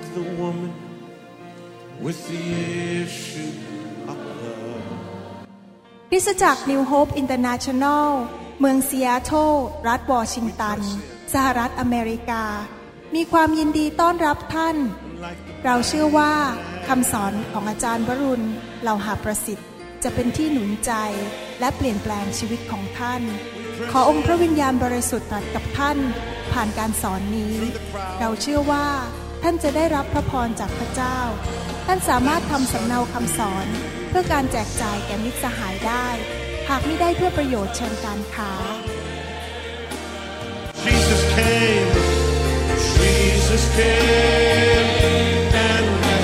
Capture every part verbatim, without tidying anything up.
the woman with the issue of blood คริสตจักร New Hope International เมืองซีแอตเทิลรัฐวอชิงตันสหรัฐอเมริกามีความยินดีต้อนรับท่านเราเชื่อว่าคำสอนของอาจารย์วรุณเหล่าหาประสิทธิ์จะเป็นที่หนุนใจและเปลี่ยนแปลงชีวิตของท่านขอองค์พระวิญญาณบริสุทธิ์ตรัสกับท่านผ่านการสอนนี้เราเชื่อว่าท่านจะได้รับพระพรจากพระเจ้าท่านสามารถทำสำเนาคำสอนเพื่อการแจกจ่ายแก่มิตรสหายได้หากไม่ได้เพื่อประโยชน์เชิงการค้า Jesus came Jesus came and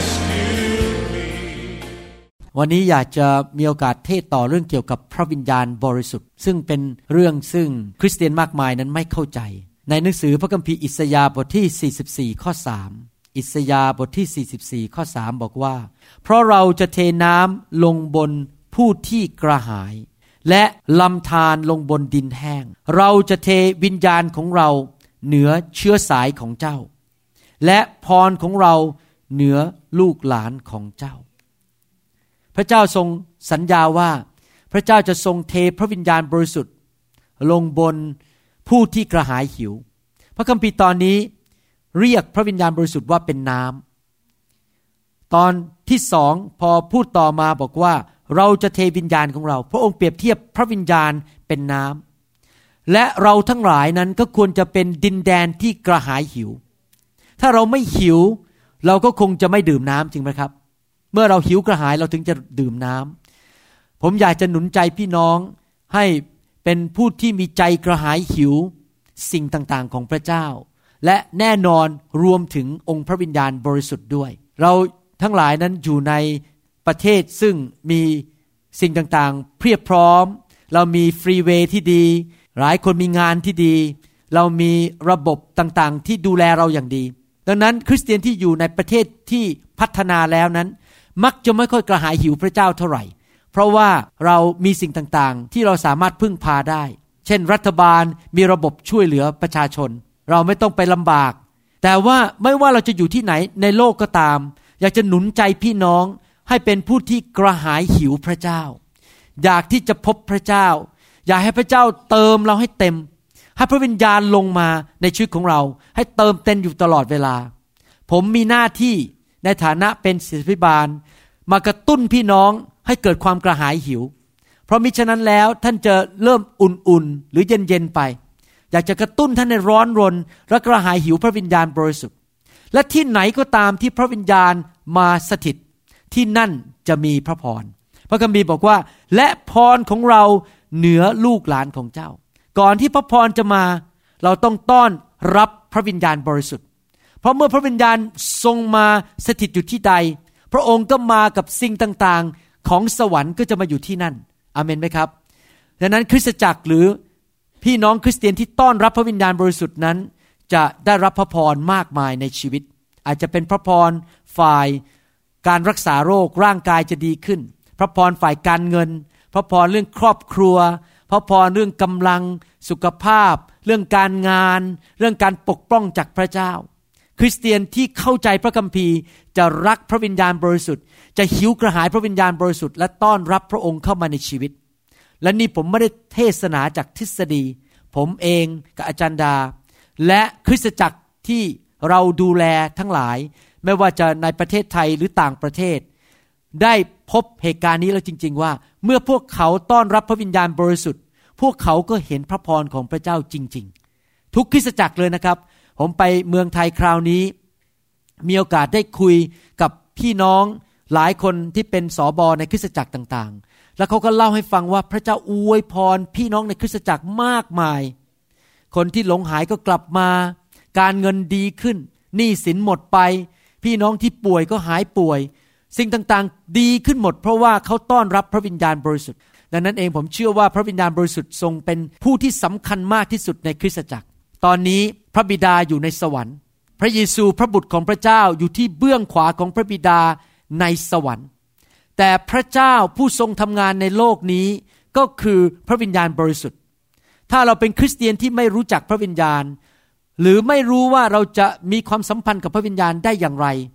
rescued me วันนี้อยากจะมีโอกาสเทศต่อเรื่องเกี่ยวกับพระวิญญาณบริสุทธิ์ซึ่งเป็นเรื่องซึ่งคริสเตียนมากมายนั้นไม่เข้าใจในหนังสือพระคัมภีร์อิสยาห์บทที่สี่สิบสี่ข้อสามอิสยาห์บทที่สี่สิบสี่ข้อสามบอกว่าเพราะเราจะเทน้ำลงบนผู้ที่กระหายและลำธารลงบนดินแห้งเราจะเทวิญญาณของเราเหนือเชื้อสายของเจ้าและพรของเราเหนือลูกหลานของเจ้าพระเจ้าทรงสัญญาว่าพระเจ้าจะทรงเทพระวิญญาณบริสุทธิ์ลงบนผู้ที่กระหายหิวพระคัมภีร์ตอนนี้เรียกพระวิญญาณบริสุทธิ์ว่าเป็นน้ำตอนที่สองพอพูดต่อมาบอกว่าเราจะเทวิญญาณของเราพระองค์เปรียบเทียบพระวิญญาณเป็นน้ำและเราทั้งหลายนั้นก็ควรจะเป็นดินแดนที่กระหายหิวถ้าเราไม่หิวเราก็คงจะไม่ดื่มน้ำจริงไหมครับเมื่อเราหิวกระหายเราถึงจะดื่มน้ำผมอยากจะหนุนใจพี่น้องให้เป็นผู้ที่มีใจกระหายหิวสิ่งต่างๆของพระเจ้าและแน่นอนรวมถึงองค์พระวิญญาณบริสุทธิ์ด้วยเราทั้งหลายนั้นอยู่ในประเทศซึ่งมีสิ่งต่างๆเพียบพร้อมเรามีฟรีเวย์ที่ดีหลายคนมีงานที่ดีเรามีระบบต่างๆที่ดูแลเราอย่างดีดังนั้นคริสเตียนที่อยู่ในประเทศที่พัฒนาแล้วนั้นมักจะไม่ค่อยกระหายหิวพระเจ้าเท่าไหร่เพราะว่าเรามีสิ่งต่างๆที่เราสามารถพึ่งพาได้เช่นรัฐบาลมีระบบช่วยเหลือประชาชนเราไม่ต้องไปลำบากแต่ว่าไม่ว่าเราจะอยู่ที่ไหนในโลกก็ตามอยากจะหนุนใจพี่น้องให้เป็นผู้ที่กระหายหิวพระเจ้าอยากที่จะพบพระเจ้าอยากให้พระเจ้าเติมเราให้เต็มให้พระวิญญาณลงมาในชีวิตของเราให้เติมเต็มอยู่ตลอดเวลาผมมีหน้าที่ในฐานะเป็นศิษยาภิบาลมากระตุ้นพี่น้องให้เกิดความกระหายหิวเพราะมิฉะนั้นแล้วท่านจะเริ่มอุ่นๆหรือเย็นๆไปอยากจะกระตุ้นท่านให้ร้อนรนและกระหายหิวพระวิญญาณบริสุทธิ์และที่ไหนก็ตามที่พระวิญญาณมาสถิตที่นั่นจะมีพระพรพระคัมภีร์บอกว่าและพรของเราเหนือลูกหลานของเจ้าก่อนที่พระพรจะมาเราต้องต้อนรับพระวิญญาณบริสุทธิ์เพราะเมื่อพระวิญญาณทรงมาสถิตอยู่ที่ใดพระองค์ก็มากับสิ่งต่างๆของสวรรค์ก็จะมาอยู่ที่นั่นอาเมนไหมครับดังนั้นคริสตจักรหรือพี่น้องคริสเตียนที่ต้อนรับพระวิญญาณบริสุทธิ์นั้นจะได้รับพระพรมากมายในชีวิตอาจจะเป็นพระพรฝ่ายการรักษาโรคร่างกายจะดีขึ้นพระพรฝ่ายการเงินพระพรเรื่องครอบครัวพระพรเรื่องกำลังสุขภาพเรื่องการงานเรื่องการปกป้องจากพระเจ้าคริสเตียนที่เข้าใจพระคัมภีร์จะรักพระวิญญาณบริสุทธิ์จะหิวกระหายพระวิญญาณบริสุทธิ์และต้อนรับพระองค์เข้ามาในชีวิตและนี่ผมไม่ได้เทศนาจากทฤษฎีผมเองกับอาจารย์ดาและคริสตจักรที่เราดูแลทั้งหลายไม่ว่าจะในประเทศไทยหรือต่างประเทศได้พบเหตุการณ์นี้แล้วจริงๆว่าเมื่อพวกเขาต้อนรับพระวิญญาณบริสุทธิ์พวกเขาก็เห็นพระพรของพระเจ้าจริงๆทุกคริสตจักรเลยนะครับผมไปเมืองไทยคราวนี้มีโอกาสได้คุยกับพี่น้องหลายคนที่เป็นสบในคริสตจักรต่างๆแล้วเขาก็เล่าให้ฟังว่าพระเจ้าอวยพรพี่น้องในคริสตจักรมากมายคนที่หลงหายก็กลับมาการเงินดีขึ้นหนี้สินหมดไปพี่น้องที่ป่วยก็หายป่วยสิ่งต่างๆดีขึ้นหมดเพราะว่าเขาต้อนรับพระวิญญาณบริสุทธิ์ดังนั้นเองผมเชื่อว่าพระวิญญาณบริสุทธิ์ทรงเป็นผู้ที่สำคัญมากที่สุดในคริสตจักรตอนนี้พระบิดาอยู่ในสวรรค์พระเยซูพระบุตรของพระเจ้าอยู่ที่เบื้องขวาของพระบิดาในสวรรค์แต่พระเจ้าผู้ทรงทำงานในโลกนี้ก็คือพระวิญญาณบริสุทธิ์ถ้าเราเป็นคริสเตียนที่ไม่รู้จักพระวิญญาณหรือไม่รู้ว่าเราจะมีความสัมพันธ์กับพระวิญญาณได้อย่างไร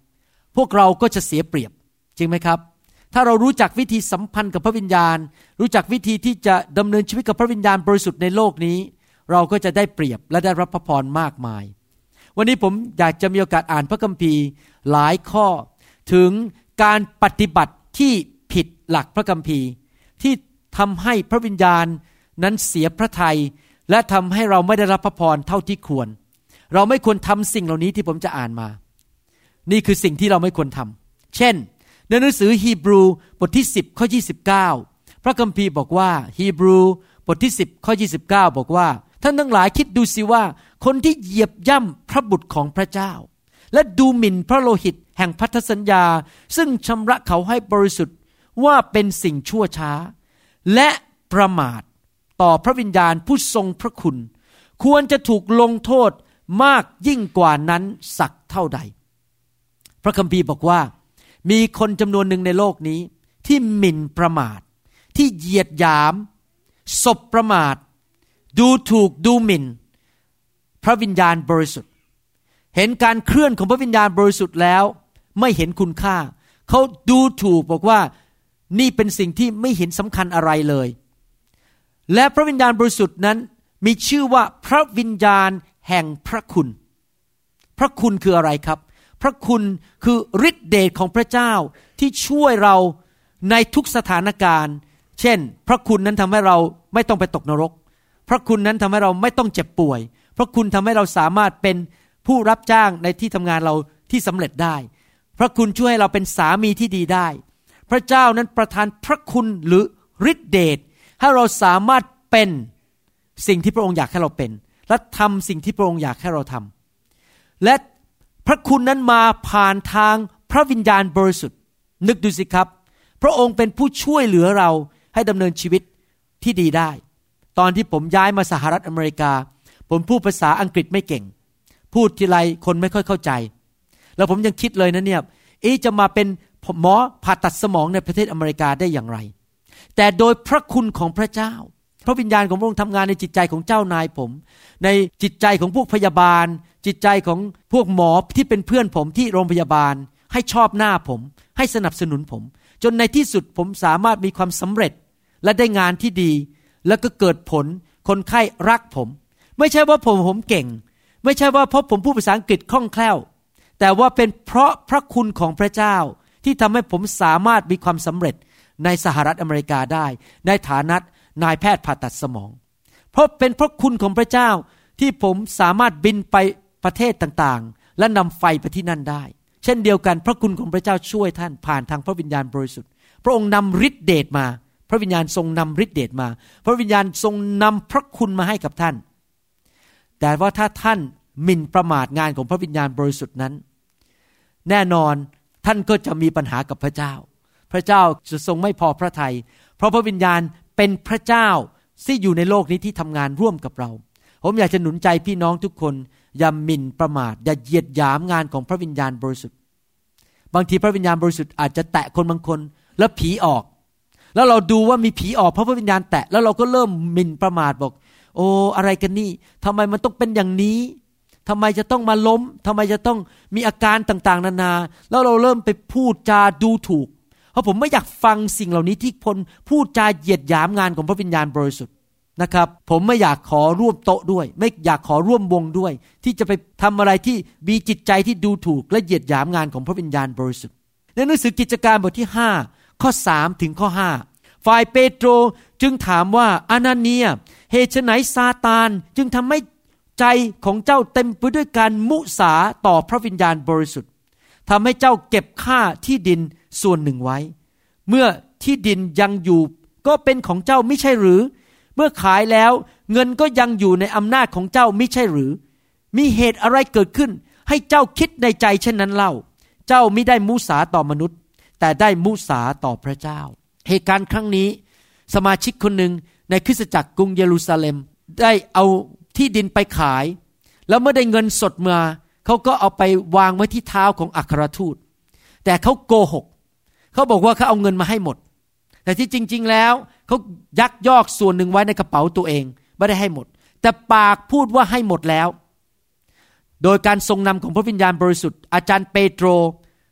พวกเราก็จะเสียเปรียบจริงไหมครับถ้าเรารู้จักวิธีสัมพันธ์กับพระวิญญาณรู้จักวิธีที่จะดำเนินชีวิตกับพระวิญญาณบริสุทธิ์ในโลกนี้เราก็จะได้เปรียบและได้รับพระพรมากมายวันนี้ผมอยากจะมีโอกาสอ่านพระคัมภีร์หลายข้อถึงการปฏิบัติที่ผิดหลักพระคัมภีร์ที่ทำให้พระวิญญาณนั้นเสียพระทัยและทำให้เราไม่ได้รับพระพรเท่าที่ควรเราไม่ควรทำสิ่งเหล่านี้ที่ผมจะอ่านมานี่คือสิ่งที่เราไม่ควรทำเช่นในหนังสือฮีบรูบทที่สิบข้อยี่สิบเก้าพระคัมภีร์บอกว่าฮีบรูบทที่สิบข้อยี่สิบเก้าบอกว่าท่านทั้งหลายคิดดูสิว่าคนที่เหยียบย่ำพระบุตรของพระเจ้าและดูหมิ่นพระโลหิตแห่งพันธสัญญาซึ่งชำระเขาให้บริสุทธิ์ว่าเป็นสิ่งชั่วช้าและประมาทต่อพระวิญญาณผู้ทรงพระคุณควรจะถูกลงโทษมากยิ่งกว่านั้นสักเท่าใดพระคัมภีร์บอกว่ามีคนจำนวนหนึ่งในโลกนี้ที่หมิ่นประมาทที่เหยียดหยามสบประมาทดูถูกดูหมิ่นพระวิญญาณบริสุทธิ์เห็นการเคลื่อนของพระวิญญาณบริสุทธิ์แล้วไม่เห็นคุณค่าเขาดูถูกบอกว่านี่เป็นสิ่งที่ไม่เห็นสำคัญอะไรเลยและพระวิญญาณบริสุทธิ์นั้นมีชื่อว่าพระวิญญาณแห่งพระคุณพระคุณคืออะไรครับพระคุณคือฤทธิเดชของพระเจ้าที่ช่วยเราในทุกสถานการณ์เช่นพระคุณนั้นทำให้เราไม่ต้องไปตกนรกพระคุณนั้นทำให้เราไม่ต้องเจ็บป่วยพระคุณทำให้เราสามารถเป็นผู้รับจ้างในที่ทำงานเราที่สำเร็จได้พระคุณช่วยให้เราเป็นสามีที่ดีได้พระเจ้านั้นประทานพระคุณหรือฤทธิเดชให้เราสามารถเป็นสิ่งที่พระองค์อยากให้เราเป็นและทำสิ่งที่พระองค์อยากให้เราทำและพระคุณนั้นมาผ่านทางพระวิญญาณบริสุทธิ์นึกดูสิครับพระองค์เป็นผู้ช่วยเหลือเราให้ดำเนินชีวิตที่ดีได้ตอนที่ผมย้ายมาสหรัฐอเมริกาผมพูดภาษาอังกฤษไม่เก่งพูดทีไรคนไม่ค่อยเข้าใจแล้วผมยังคิดเลยนะเนี่ยเอ๊ะจะมาเป็นหมอผ่าตัดสมองในประเทศอเมริกาได้อย่างไรแต่โดยพระคุณของพระเจ้าพระวิญญาณของพระองค์ทำงานในจิตใจของเจ้านายผมในจิตใจของพวกพยาบาลจิตใจของพวกหมอที่เป็นเพื่อนผมที่โรงพยาบาลให้ชอบหน้าผมให้สนับสนุนผมจนในที่สุดผมสามารถมีความสำเร็จและได้งานที่ดีแล้วก็เกิดผลคนไข้รักผมไม่ใช่ว่าผมผมเก่งไม่ใช่ว่าเพราะผมพูดภาษาอังกฤษคล่องแคล่วแต่ว่าเป็นเพราะพระคุณของพระเจ้าที่ทำให้ผมสามารถมีความสำเร็จในสหรัฐอเมริกาได้ในฐานะนายแพทย์ผ่าตัดสมองเพราะเป็นพระคุณของพระเจ้าที่ผมสามารถบินไปประเทศต่างๆและนำไฟไปที่นั่นได้เช่นเดียวกันพระคุณของพระเจ้าช่วยท่านผ่านทางพระวิญญาณบริสุทธิ์พระองค์นำฤทธิเดชมาพระวิญญาณทรงนำฤทธิเดชมาพระวิญญาณทรงนำพระคุณมาให้กับท่านแต่ว่าถ้าท่านหมิ่นประมาทงานของพระวิญญาณบริสุทธิ์นั้นแน่นอนท่านก็จะมีปัญหากับพระเจ้าพระเจ้าจะทรงไม่พอพระทัยเพราะพระวิญญาณเป็นพระเจ้าที่อยู่ในโลกนี้ที่ทำงานร่วมกับเราผมอยากจะหนุนใจพี่น้องทุกคนอย่าหมิ่นประมาทอย่าเหยียดหยามงานของพระวิญญาณบริสุทธิ์บางทีพระวิญญาณบริสุทธิ์อาจจะแตะคนบางคนแล้วผีออกแล้วเราดูว่ามีผีออกเพราะพระวิญญาณแตะแล้วเราก็เริ่มหมิ่นประมาทบอกโอ้อะไรกันนี่ทำไมมันต้องเป็นอย่างนี้ทำไมจะต้องมาล้มทำไมจะต้องมีอาการต่างๆนานาแล้วเราเริ่มไปพูดจาดูถูกเพราะผมไม่อยากฟังสิ่งเหล่านี้ที่คนพูดจาเหยียดหยามงานของพระวิญญาณบริสุทธิ์นะครับผมไม่อยากขอร่วมโต๊ะด้วยไม่อยากขอร่วมวงด้วยที่จะไปทำอะไรที่มีจิตใจที่ดูถูกและเหยียดหยามงานของพระวิญญาณบริสุทธิ์ในหนังสือกิจการบทที่ห้าข้อสามถึงข้อห้าฝ่ายเปโตรจึงถามว่าอานาเนียเหตุไฉนซาตานจึงทำให้ใจของเจ้าเต็มไปด้วยการมุสาต่อพระวิญญาณบริสุทธิ์ทำให้เจ้าเก็บค่าที่ดินส่วนหนึ่งไว้เมื่อที่ดินยังอยู่ก็เป็นของเจ้าไม่ใช่หรือเมื่อขายแล้วเงินก็ยังอยู่ในอำนาจของเจ้าไม่ใช่หรือมีเหตุอะไรเกิดขึ้นให้เจ้าคิดในใจเช่นนั้นเล่าเจ้าไม่ได้มุสาต่อมนุษย์แต่ได้มุสาต่อพระเจ้าเหตุการณ์ครั้งนี้สมาชิกคนหนึ่งในคริสตจักรกรุงเยรูซาเล็มได้เอาที่ดินไปขายแล้วเมื่อได้เงินสดมาเขาก็เอาไปวางไว้ที่เท้าของอัครทูตแต่เขาโกหกเขาบอกว่าเขาเอาเงินมาให้หมดแต่ที่จริงๆแล้วเขายักยอกส่วนหนึ่งไว้ในกระเป๋าตัวเองไม่ได้ให้หมดแต่ปากพูดว่าให้หมดแล้วโดยการทรงนำของพระวิญญาณบริสุทธิ์อาจารย์เปโตร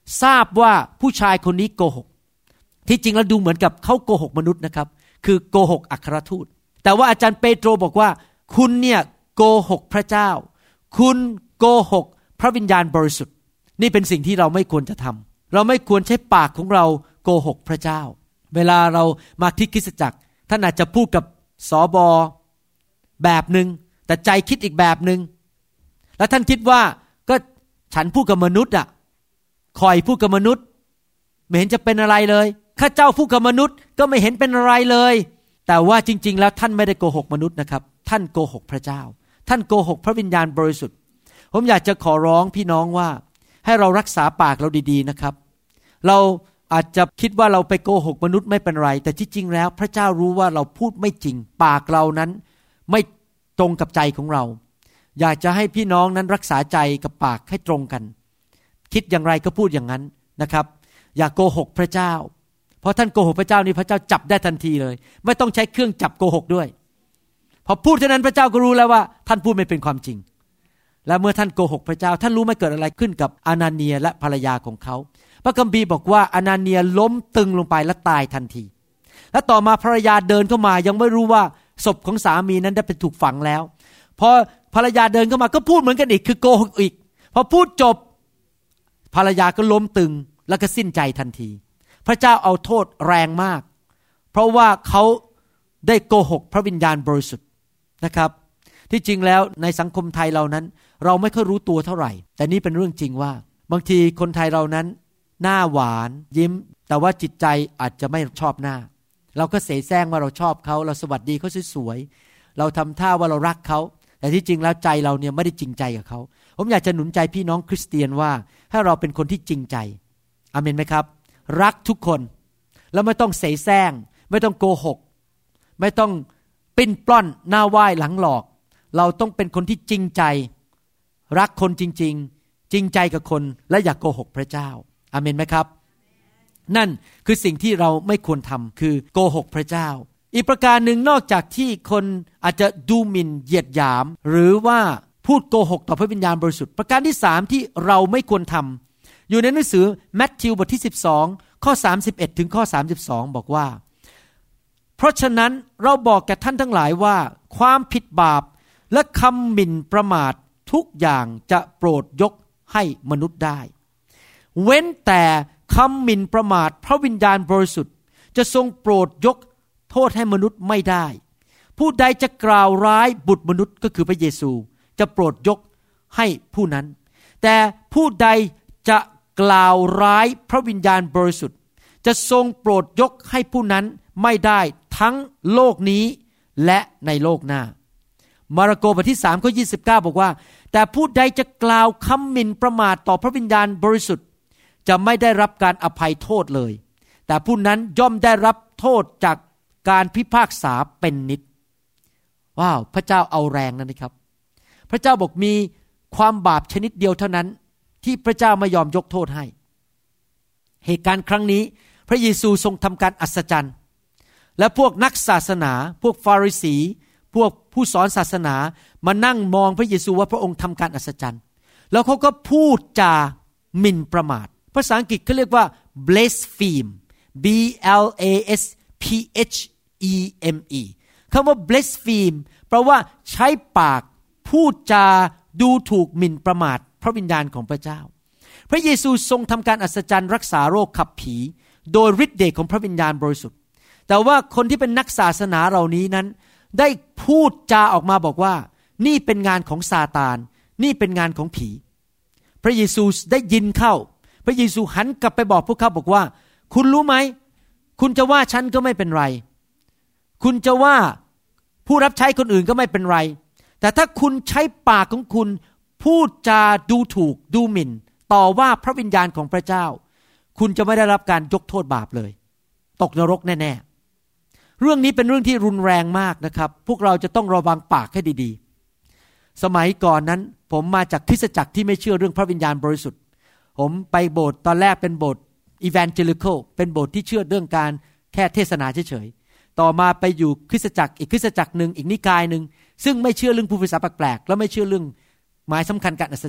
ทราบว่าผู้ชายคนนี้โกหกที่จริงแล้วดูเหมือนกับเขาโกหกมนุษย์นะครับคือโกหกอัครทูตแต่ว่าอาจารย์เปโตรบอกว่าคุณเนี่ยโกหกพระเจ้าคุณโกหกพระวิญญาณบริสุทธิ์นี่เป็นสิ่งที่เราไม่ควรจะทำเราไม่ควรใช้ปากของเราโกหกพระเจ้าเวลาเรามาที่คริสตจักรท่านอาจจะพูดกับสบแบบนึงแต่ใจคิดอีกแบบนึงแล้วท่านคิดว่าก็ฉันพูดกับมนุษย์อ่ะคอยพูดกับมนุษย์ไม่เห็นจะเป็นอะไรเลยข้าเจ้าพูดกับมนุษย์ก็ไม่เห็นเป็นอะไรเลยแต่ว่าจริงๆแล้วท่านไม่ได้โกหกมนุษย์นะครับท่านโกหกพระเจ้าท่านโกหกพระวิญญาณบริสุทธิ์ผมอยากจะขอร้องพี่น้องว่าให้เรารักษาปากเราดีๆนะครับเราอาจจะคิดว่าเราไปโกหกมนุษย์ไม่เป็นไรแต่ที่จริงแล้วพระเจ้ารู้ว่าเราพูดไม่จริงปากเรานั้นไม่ตรงกับใจของเราอยากจะให้พี่น้องนั้นรักษาใจกับปากให้ตรงกันคิดอย่างไรก็พูดอย่างนั้นนะครับอย่าโกหกพระเจ้าเพราะท่านโกหกพระเจ้านี่พระเจ้าจับได้ทันทีเลยไม่ต้องใช้เครื่องจับโกหกด้วยพอพูดเท่านั้นพระเจ้าก็รู้แล้วว่าท่านพูดไม่เป็นความจริงและเมื่อท่านโกหกพระเจ้าท่านรู้ไหมเกิดอะไรขึ้นกับอานาเนียและภรรยาของเขาพระคัมภีร์บอกว่าอานาเนียล้มตึงลงไปและตายทันทีและต่อมาภรรยาเดินเข้ามายังไม่รู้ว่าศพของสามีนั้นได้ไปถูกฝังแล้วพอภรรยาเดินเข้ามาก็พูดเหมือนกันอีกคือโกหกอีกพอพูดจบภรรยาก็ล้มตึงแล้วก็สิ้นใจทันทีพระเจ้าเอาโทษแรงมากเพราะว่าเขาได้โกหกพระวิญญาณบริสุทธิ์นะครับที่จริงแล้วในสังคมไทยเรานั้นเราไม่ค่อยรู้ตัวเท่าไหร่แต่นี่เป็นเรื่องจริงว่าบางทีคนไทยเรานั้นหน้าหวานยิ้มแต่ว่าจิตใจอาจจะไม่ชอบหน้าเราก็เสแสร้งว่าเราชอบเขาเราสวัสดีเขาสวยๆเราทำท่าว่าเรารักเขาแต่ที่จริงแล้วใจเราเนี่ยไม่ได้จริงใจกับเขาผมอยากจะหนุนใจพี่น้องคริสเตียนว่าให้เราเป็นคนที่จริงใจอาเมนไหมครับรักทุกคนแล้วไม่ต้องเสแสร้งไม่ต้องโกหกไม่ต้องปิ้นปล้อนหน้าไหว้หลังหลอกเราต้องเป็นคนที่จริงใจรักคนจริงๆจริงใจกับคนและอย่ากโกหกพระเจ้าอาเมนไหมครับนั่นคือสิ่งที่เราไม่ควรทำคือโกหกพระเจ้าอีกประการหนึ่งนอกจากที่คนอาจจะดูหมิ่นเหยียดหยามหรือว่าพูดโกหกต่อพระวิญญาณบริสุทธิ์ประการที่สามที่เราไม่ควรทำอยู่ในหนังสือมัทธิวบทที่สิบสองข้อสามสิบเอ็ดถึงข้อสามสิบสองบอกว่าเพราะฉะนั้นเราบอกแก่ท่านทั้งหลายว่าความผิดบาปและคำหมิ่นประมาททุกอย่างจะโปรดยกให้มนุษย์ได้เว้นแต่คำหมิ่นประมาทพระวิญญาณบริสุทธิ์จะทรงโปรดยกโทษให้มนุษย์ไม่ได้ผู้ใดจะกล่าวร้ายบุตรมนุษย์ก็คือพระเยซูจะโปรดยกให้ผู้นั้นแต่ผู้ใดจะกล่าวร้ายพระวิญญาณบริสุทธิ์จะทรงโปรดยกให้ผู้นั้นไม่ได้ทั้งโลกนี้และในโลกหน้ามาระโกบทที่สามข้อยี่สิบเก้าบอกว่าแต่ผู้ใดจะกล่าวคำหมิ่นประมาทต่อพระวิญญาณบริสุทธิ์จะไม่ได้รับการอภัยโทษเลยแต่ผู้นั้นย่อมได้รับโทษจากการพิพากษาเป็นนิจว้าวพระเจ้าเอาแรงนั่นนะครับพระเจ้าบอกมีความบาปชนิดเดียวเท่านั้นที่พระเจ้าไม่ยอมยกโทษให้เหตุการณ์ครั้งนี้พระเยซูทรงทำการอัศจรรย์และพวกนักศาสนาพวกฟาริสีพวกผู้สอนศาสนามานั่งมองพระเยซูว่าพระองค์ทำการอัศจรรย์แล้วเขาก็พูดจาหมิ่นประมาทภาษาอังกฤษเขาเรียกว่า blaspheme b l a s p h e m e คำว่า blaspheme แปลว่าใช้ปากพูดจาดูถูกหมิ่นประมาทพระวิญญาณของพระเจ้าพระเยซูทรงทำการอัศจรรย์รักษาโรคขับผีโดยฤทธิ์เดชของพระวิญญาณบริสุทธิ์แต่ว่าคนที่เป็นนักศาสนาเหล่านี้นั้นได้พูดจาออกมาบอกว่านี่เป็นงานของซาตานนี่เป็นงานของผีพระเยซูได้ยินเข้าพระเยซูหันกลับไปบอกพวกเขาบอกว่าคุณรู้ไหมคุณจะว่าฉันก็ไม่เป็นไรคุณจะว่าผู้รับใช้คนอื่นก็ไม่เป็นไรแต่ถ้าคุณใช้ปากของคุณพูดจาดูถูกดูหมิ่นต่อว่าพระวิญญาณของพระเจ้าคุณจะไม่ได้รับการยกโทษบาปเลยตกนรกแน่ๆเรื่องนี้เป็นเรื่องที่รุนแรงมากนะครับพวกเราจะต้องระวังปากให้ดีๆสมัยก่อนนั้นผมมาจากคริสตจักรที่ไม่เชื่อเรื่องพระวิญญาณบริสุทธิ์ผมไปโบสถ์ตอนแรกเป็นโบสถ์ evangelical เป็นโบสถ์ที่เชื่อเรื่องการแค่เทศนาเฉยๆต่อมาไปอยู่คริสตจักรอีกคริสตจักรนึงอีกนิกายนึงซึ่งไม่เชื่อเรื่องผู้ภาษาแปลกๆและไม่เชื่อเรื่องหมายสำคัญการอัศจรรย์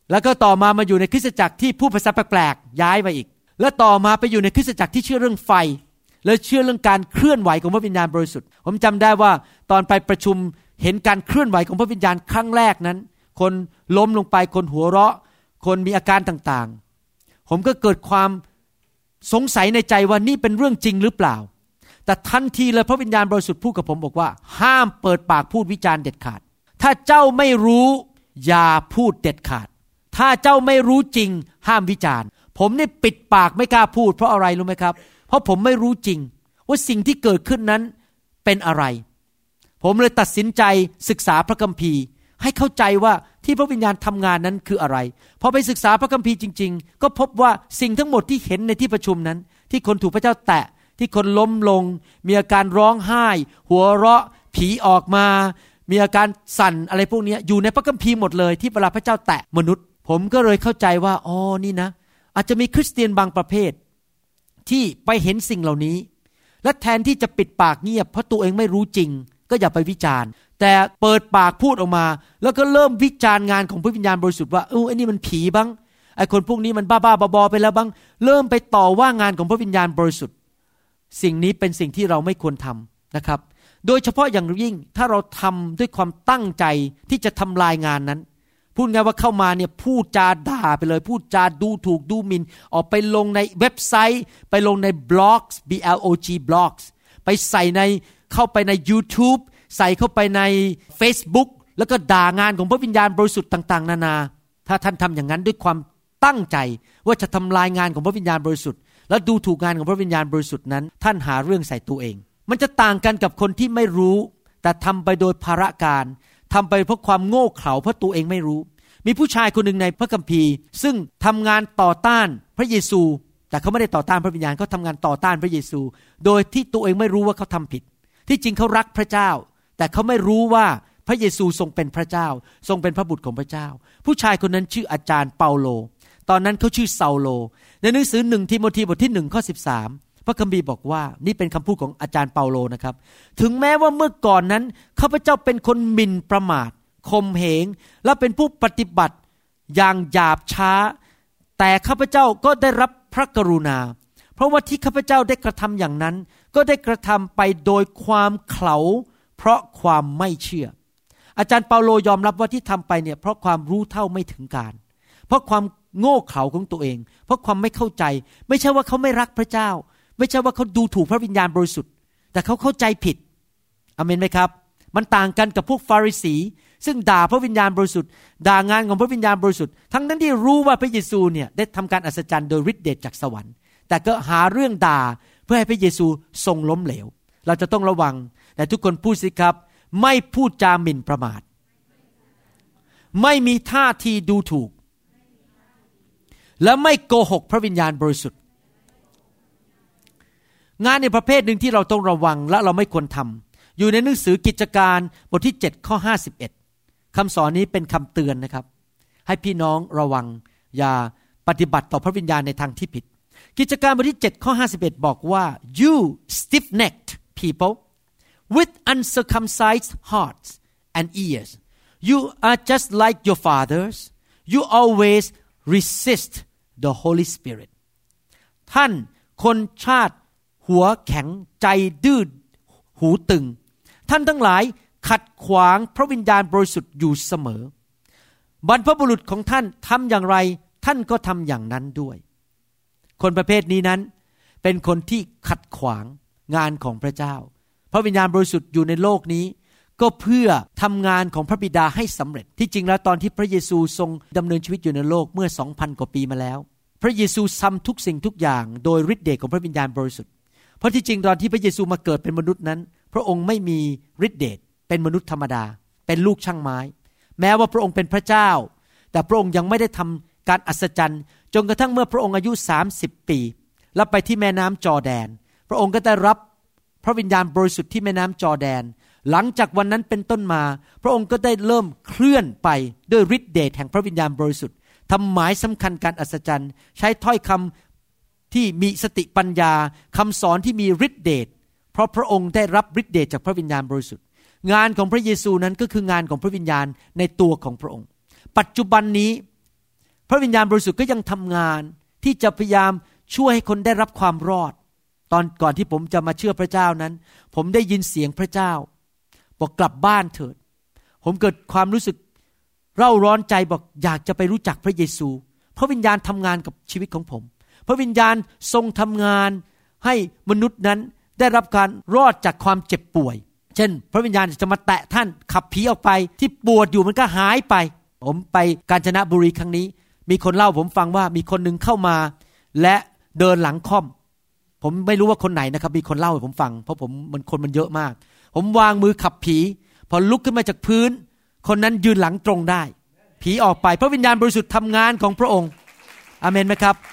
แล้วก็ต่อมามาอยู่ในคริสตจักรที่พูดภาษาแปลกๆย้ายไปอีกแล้วต่อมาไปอยู่ในคริสตจักรที่เชื่อเรื่องไฟและเชื่อเรื่องการเคลื่อนไหวของพระวิญญาณบริสุทธิ์ผมจำได้ว่าตอนไปประชุมเห็นการเคลื่อนไหวของพระวิญญาณครั้งแรกนั้นคนล้มลงไปคนหัวเราะคนมีอาการต่างๆผมก็เกิดความสงสัยในใจว่านี่เป็นเรื่องจริงหรือเปล่าแต่ทันทีเลยพระวิญญาณบริสุทธิ์พูดกับผมบอกว่าห้ามเปิดปากพูดวิจารณ์เด็ดขาดถ้าเจ้าไม่รู้อย่าพูดเด็ดขาดถ้าเจ้าไม่รู้จริงห้ามวิจารณ์ผมนี่ปิดปากไม่กล้าพูดเพราะอะไรรู้ไหมครับเพราะผมไม่รู้จริงว่าสิ่งที่เกิดขึ้นนั้นเป็นอะไรผมเลยตัดสินใจศึกษาพระคัมภีร์ให้เข้าใจว่าที่พระวิญญาณทำงานนั้นคืออะไรพอไปศึกษาพระคัมภีร์จริงๆก็พบว่าสิ่งทั้งหมดที่เห็นในที่ประชุมนั้นที่คนถูกพระเจ้าแตะที่คนล้มลงมีอาการร้องไห้หัวเราะผีออกมามีอาการสั่นอะไรพวกนี้อยู่ในพระคัมภีร์หมดเลยที่เวลาพระเจ้าแตะมนุษย์ผมก็เลยเข้าใจว่าอ๋อนี่นะอาจจะมีคริสเตียนบางประเภทที่ไปเห็นสิ่งเหล่านี้และแทนที่จะปิดปากเงียบเพราะตัวเองไม่รู้จริงก็อย่าไปวิจารณ์แต่เปิดปากพูดออกมาแล้วก็เริ่มวิจารณ์งานของพระวิญญาณบริสุทธิ์ว่าเออไอ้นี่มันผีบ้างไอ้คนพวกนี้มันบ้าๆบอๆไปแล้วบ้างเริ่มไปต่อว่างานของพระวิญญาณบริสุทธิ์สิ่งนี้เป็นสิ่งที่เราไม่ควรทำนะครับโดยเฉพาะอย่างยิ่งถ้าเราทำด้วยความตั้งใจที่จะทำลายงานนั้นพูดง่ายว่าเข้ามาเนี่ยพูดจาด่าไปเลยพูดจาดูถูกดูหมิ่นออกไปลงในเว็บไซต์ไปลงในบล็อก B L O G blogs ไปใส่ในเข้าไปใน YouTube ใส่เข้าไปใน Facebook แล้วก็ด่างานของพระวิญญาณบริสุทธิ์ต่างๆนานาถ้าท่านทำอย่างนั้นด้วยความตั้งใจว่าจะทำลายงานของพระวิญญาณบริสุทธิ์แล้วดูถูกงานของพระวิญญาณบริสุทธิ์นั้นท่านหาเรื่องใส่ตัวเองมันจะต่างกันกับคนที่ไม่รู้แต่ทำไปโดยภาระการทำไปเพราะความโง่เขลาเพราะตัวเองไม่รู้มีผู้ชายคนหนึ่งในพระคัมภีร์ซึ่งทำงานต่อต้านพระเยซูแต่เขาไม่ได้ต่อต้านพระวิญญาณเขาทำงานต่อต้านพระเยซูโดยที่ตัวเองไม่รู้ว่าเขาทำผิดที่จริงเขารักพระเจ้าแต่เขาไม่รู้ว่าพระเยซูทรงเป็นพระเจ้าทรงเป็นพระบุตรของพระเจ้าผู้ชายคนนั้นชื่ออาจารย์เปาโลตอนนั้นเขาชื่อเซาโลในหนังสือหนึ่งทิโมธีบทที่หนึ่งข้อสิบสามพระคัมภีร์บอกว่านี่เป็นคำพูดของอาจารย์เปาโลนะครับถึงแม้ว่าเมื่อก่อนนั้นข้าพเจ้าเป็นคนหมิ่นประมาทข่มเหงและเป็นผู้ปฏิบัติอย่างหยาบช้าแต่ข้าพเจ้าก็ได้รับพระกรุณาเพราะว่าที่ข้าพเจ้าได้กระทำอย่างนั้นก็ได้กระทำไปโดยความเขลาเพราะความไม่เชื่ออาจารย์เปาโลยอมรับว่าที่ทำไปเนี่ยเพราะความรู้เท่าไม่ถึงการเพราะความโง่เขลาของตัวเองเพราะความไม่เข้าใจไม่ใช่ว่าเขาไม่รักพระเจ้าไม่ใช่ว่าเขาดูถูกพระวิญญาณบริสุทธิ์แต่เขาเข้าใจผิดอาเมนไหมครับมันต่างกันกับพวกฟาริสีซึ่งด่าพระวิญญาณบริสุทธิ์ด่างานของพระวิญญาณบริสุทธิ์ทั้งนั้นที่รู้ว่าพระเยซูเนี่ยได้ทำการอัศจรรย์โดยฤทธิ์เดชจากสวรรค์แต่ก็หาเรื่องด่าเพื่อให้พระเยซูทรงล้มเหลวเราจะต้องระวังแต่ทุกคนพูดสิครับไม่พูดจาหมิ่นประมาทไม่มีท่าทีดูถูกและไม่โกหกพระวิญญาณบริสุทธิ์งานในประเภทหนึ่งที่เราต้องระวังและเราไม่ควรทำอยู่ในหนังสือกิจการบทที่เจ็ดข้อห้าสิบเอ็ดคำสอนนี้เป็นคำเตือนนะครับให้พี่น้องระวังอย่าปฏิบัติต่อพระวิญญาณในทางที่ผิดกิจการบทที่เจ็ดข้อห้าสิบเอ็ดบอกว่า you stiff-necked people with uncircumcised hearts and ears you are just like your fathers you always resist the Holy Spirit ท่านคนชาติหัวแข็งใจดื้อหูตึงท่านทั้งหลายขัดขวางพระวิญญาณบริสุทธิ์อยู่เสมอบรรพบุรุษของท่านทำอย่างไรท่านก็ทำอย่างนั้นด้วยคนประเภทนี้นั้นเป็นคนที่ขัดขวางงานของพระเจ้าพระวิญญาณบริสุทธิ์อยู่ในโลกนี้ก็เพื่อทำงานของพระบิดาให้สำเร็จที่จริงแล้วตอนที่พระเยซูทรงดำเนินชีวิตอยู่ในโลกเมื่อ สองพัน กว่าปีมาแล้วพระเยซูทำทุกสิ่งทุกอย่างโดยฤทธิ์เดชของพระวิญญาณบริสุทธิ์เพราะที่จริงตอนที่พระเยซูมาเกิดเป็นมนุษย์นั้นพระองค์ไม่มีฤทธิ์เดชเป็นมนุษย์ธรรมดาเป็นลูกช่างไม้แม้ว่าพระองค์เป็นพระเจ้าแต่พระองค์ยังไม่ได้ทำการอัศจรรย์จนกระทั่งเมื่อพระองค์อายุสามสิบปีแล้วไปที่แม่น้ำจอร์แดนพระองค์ก็ได้รับพระวิญญาณบริสุทธิ์ที่แม่น้ำจอร์แดนหลังจากวันนั้นเป็นต้นมาพระองค์ก็ได้เริ่มเคลื่อนไปด้วยฤทธิ์เดชแห่งพระวิญญาณบริสุทธิ์ทำหมายสำคัญการอัศจรรย์ใช้ถ้อยคำที่มีสติปัญญาคำสอนที่มีฤทธิ์เดชเพราะพระองค์ได้รับฤทธิ์เดชจากพระวิญญาณบริสุทธิ์งานของพระเยซูนั้นก็คืองานของพระวิญญาณในตัวของพระองค์ปัจจุบันนี้พระวิญญาณบริสุทธิ์ก็ยังทำงานที่จะพยายามช่วยให้คนได้รับความรอดตอนก่อนที่ผมจะมาเชื่อพระเจ้านั้นผมได้ยินเสียงพระเจ้าบอกกลับบ้านเถิดผมเกิดความรู้สึกเร่าร้อนใจบอกอยากจะไปรู้จักพระเยซูพระวิญญาณทำงานกับชีวิตของผมพระวิญญาณทรงทำงานให้มนุษย์นั้นได้รับการรอดจากความเจ็บป่วยเช่นพระวิญญาณจะมาแตะท่านขับผีออกไปที่ปวดอยู่มันก็หายไปผมไปกาญจนบุรีครั้งนี้มีคนเล่าผมฟังว่ามีคนหนึ่งเข้ามาและเดินหลังค่อมผมไม่รู้ว่าคนไหนนะครับมีคนเล่าให้ผมฟังเพราะผมมันคนมันเยอะมากผมวางมือขับผีพอลุกขึ้นมาจากพื้นคนนั้นยืนหลังตรงได้ผีออกไปพระวิญญาณบริสุทธิ์ทำงานของพระองค์อาเมนไหมครับ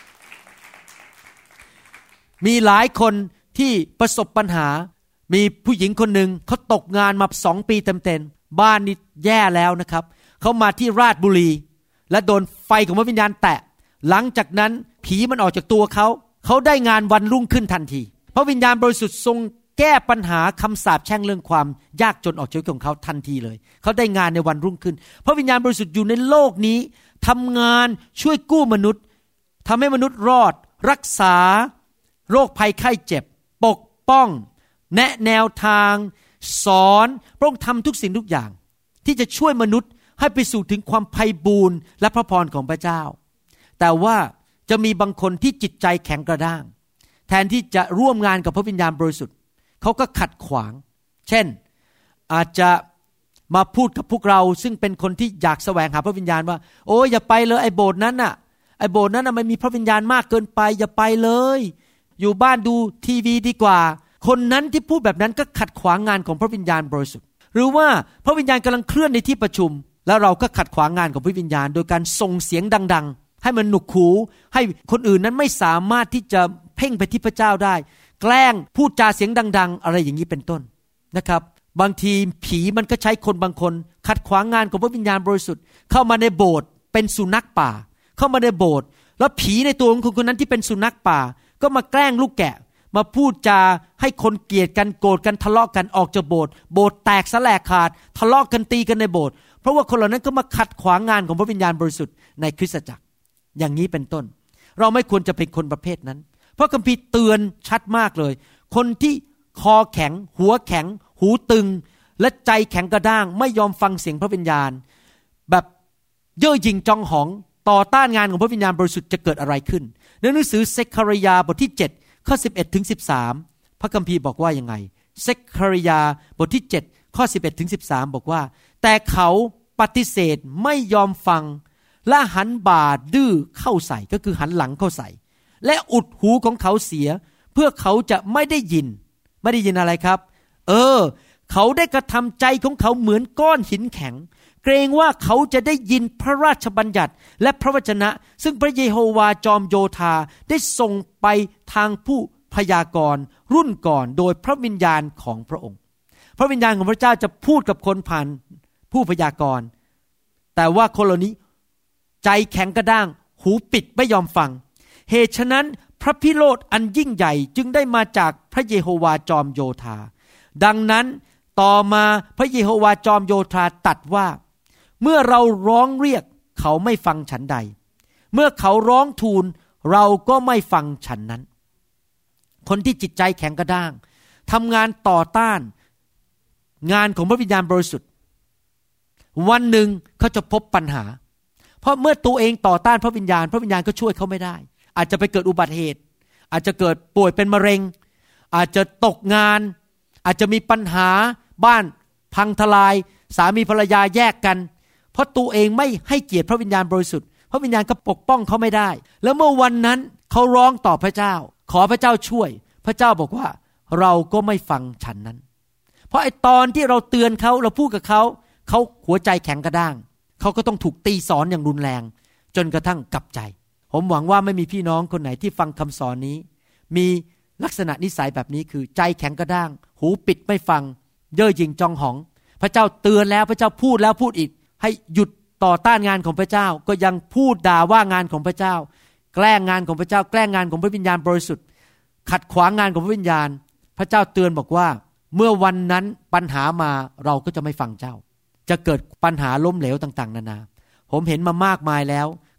มีหลายคนที่ประสบปัญหามีผู้หญิงคนหนึ่งเขาตกงานมาสองปีเต็มๆบ้านนี่แย่แล้วนะครับเขามาที่ราชบุรีและโดนไฟของพระวิญญาณแตะหลังจากนั้นผีมันออกจากตัวเขาเขาได้งานวันรุ่งขึ้นทันทีพระวิญญาณบริสุทธิ์ทรงแก้ปัญหาคำสาปแช่งเรื่องความยากจนออกจากชีวิตของเขาทันทีเลยเขาได้งานในวันรุ่งขึ้นพระวิญญาณบริสุทธิ์อยู่ในโลกนี้ทำงานช่วยกู้มนุษย์ทำให้มนุษย์รอดรักษาโรคภัยไข้เจ็บปกป้องแนะแนวทางสอนพระองค์ทำทุกสิ่งทุกอย่างที่จะช่วยมนุษย์ให้ไปสู่ถึงความไพบูลย์และพระพรของพระเจ้าแต่ว่าจะมีบางคนที่จิตใจแข็งกระด้างแทนที่จะร่วมงานกับพระวิญญาณบริสุทธิ์เขาก็ขัดขวางเช่นอาจจะมาพูดกับพวกเราซึ่งเป็นคนที่อยากแสวงหาพระวิญญาณว่าโอ้ยอย่าไปเลยไอ้โบสถ์นั้นน่ะไอ้โบสถ์นั้นน่ะมันมีพระวิญญาณมากเกินไปอย่าไปเลยอยู่บ้านดูทีวีดีกว่าคนนั้นที่พูดแบบนั้นก็ขัดขวางงานของพระวิญญาณบริสุทธิ์หรือว่าพระวิญญาณกำลังเคลื่อนในที่ประชุมแล้วเราก็ขัดขวางงานของพระวิญญาณโดยการส่งเสียงดังๆให้มันหนุกหูให้คนอื่นนั้นไม่สามารถที่จะเพ่งไปที่พระเจ้าได้แกล้งพูดจาเสียงดังๆอะไรอย่างนี้เป็นต้นนะครับบางทีผีมันก็ใช้คนบางคนขัดขวางงานของพระวิญญาณบริสุทธิ์เข้ามาในโบสถ์เป็นสุนัขป่าเข้ามาในโบสถ์แล้วผีในตัวของคนคนนั้นที่เป็นสุนัขป่าก็มาแกล้งลูกแกะมาพูดจาให้คนเกลียดกันโกรธกันทะเลาะกันออกจากโบสถ์โบสถ์แตกสลายขาดทะเลาะกันตีกันในโบสถ์เพราะว่าคนเหล่านั้นก็มาขัดขวางงานของพระวิญญาณบริสุทธิ์ในคริสตจักรอย่างนี้เป็นต้นเราไม่ควรจะเป็นคนประเภทนั้นเพราะคัมภีร์เตือนชัดมากเลยคนที่คอแข็งหัวแข็งหูตึงและใจแข็งกระด้างไม่ยอมฟังเสียงพระวิญญาณแบบเย่อหยิ่งจองหองต่อต้านงานของพระวิญญาณบริสุทธิ์จะเกิดอะไรขึ้นในหนังสือเซคาริยาบทที่เจ็ดข้อสิบเอ็ดถึงสิบสามพระคัมภีร์บอกว่ายังไงเซคาริยาบทที่เจ็ดข้อสิบเอ็ดถึงสิบสามบอกว่าแต่เขาปฏิเสธไม่ยอมฟังและหันบ่าดื้อเข้าใส่ก็คือหันหลังเข้าใส่และอุดหูของเขาเสียเพื่อเขาจะไม่ได้ยินไม่ได้ยินอะไรครับเออเขาได้กระทำใจของเขาเหมือนก้อนหินแข็งเกรงว่าเขาจะได้ยินพระราชบัญญัติและพระวจนะซึ่งพระเยโฮวาจอมโยธาได้ส่งไปทางผู้พยากรณ์รุ่นก่อนโดยพระวิญญาณของพระองค์พระวิญญาณของพระเจ้าจะพูดกับคนผ่านผู้พยากรณ์แต่ว่าคนเหล่านี้ใจแข็งกระด้างหูปิดไม่ยอมฟังเหตุฉะนั้นพระพิโรธอันยิ่งใหญ่จึงได้มาจากพระเยโฮวาจอมโยธาดังนั้นต่อมาพระเยโฮวาจอมโยธาตรัสว่าเมื่อเราร้องเรียกเขาไม่ฟังฉันใดเมื่อเขาร้องทูลเราก็ไม่ฟังฉันนั้นคนที่จิตใจแข็งกระด้างทำงานต่อต้านงานของพระวิญญาณบริสุทธิ์วันหนึ่งเขาจะพบปัญหาเพราะเมื่อตัวเองต่อต้านพระวิญญาณพระวิญญาณก็ช่วยเขาไม่ได้อาจจะไปเกิดอุบัติเหตุอาจจะเกิดป่วยเป็นมะเร็งอาจจะตกงานอาจจะมีปัญหาบ้านพังทลายสามีภรรยาแยกกันเพราะตัวเองไม่ให้เกียรติพระวิญญาณบริสุทธิ์พระวิญญาณก็ปกป้องเขาไม่ได้แล้วเมื่อวันนั้นเขาร้องต่อพระเจ้าขอพระเจ้าช่วยพระเจ้าบอกว่าเราก็ไม่ฟังฉันนั้นเพราะไอ้ตอนที่เราเตือนเขาเราพูดกับเขาเขาหัวใจแข็งกระด้างเขาก็ต้องถูกตีสอนอย่างรุนแรงจนกระทั่งกลับใจผมหวังว่าไม่มีพี่น้องคนไหนที่ฟังคำสอนนี้มีลักษณะนิสัยแบบนี้คือใจแข็งกระด้างหูปิดไม่ฟังเย่อหยิ่งจองหองพระเจ้าเตือนแล้วพระเจ้าพูดแล้วพูดอีกให้หยุดต่อต้านงานของพระเจ้าก็ยังพูดด่าว่างานของพระเจ้าแกล้งงานของพระเจ้าแกล้งงานของพระวิญญาณบริสุทธิ์ขัดขวางงานของพระวิญญาณพระเจ้าเตือนบอกว่าเมื่อวันนั้นปัญหามาเราก็จะไม่ฟังเจ้าจะเกิดปัญหาล้มเหลวต่างๆนานาผมเห็นมามากมายแล้ว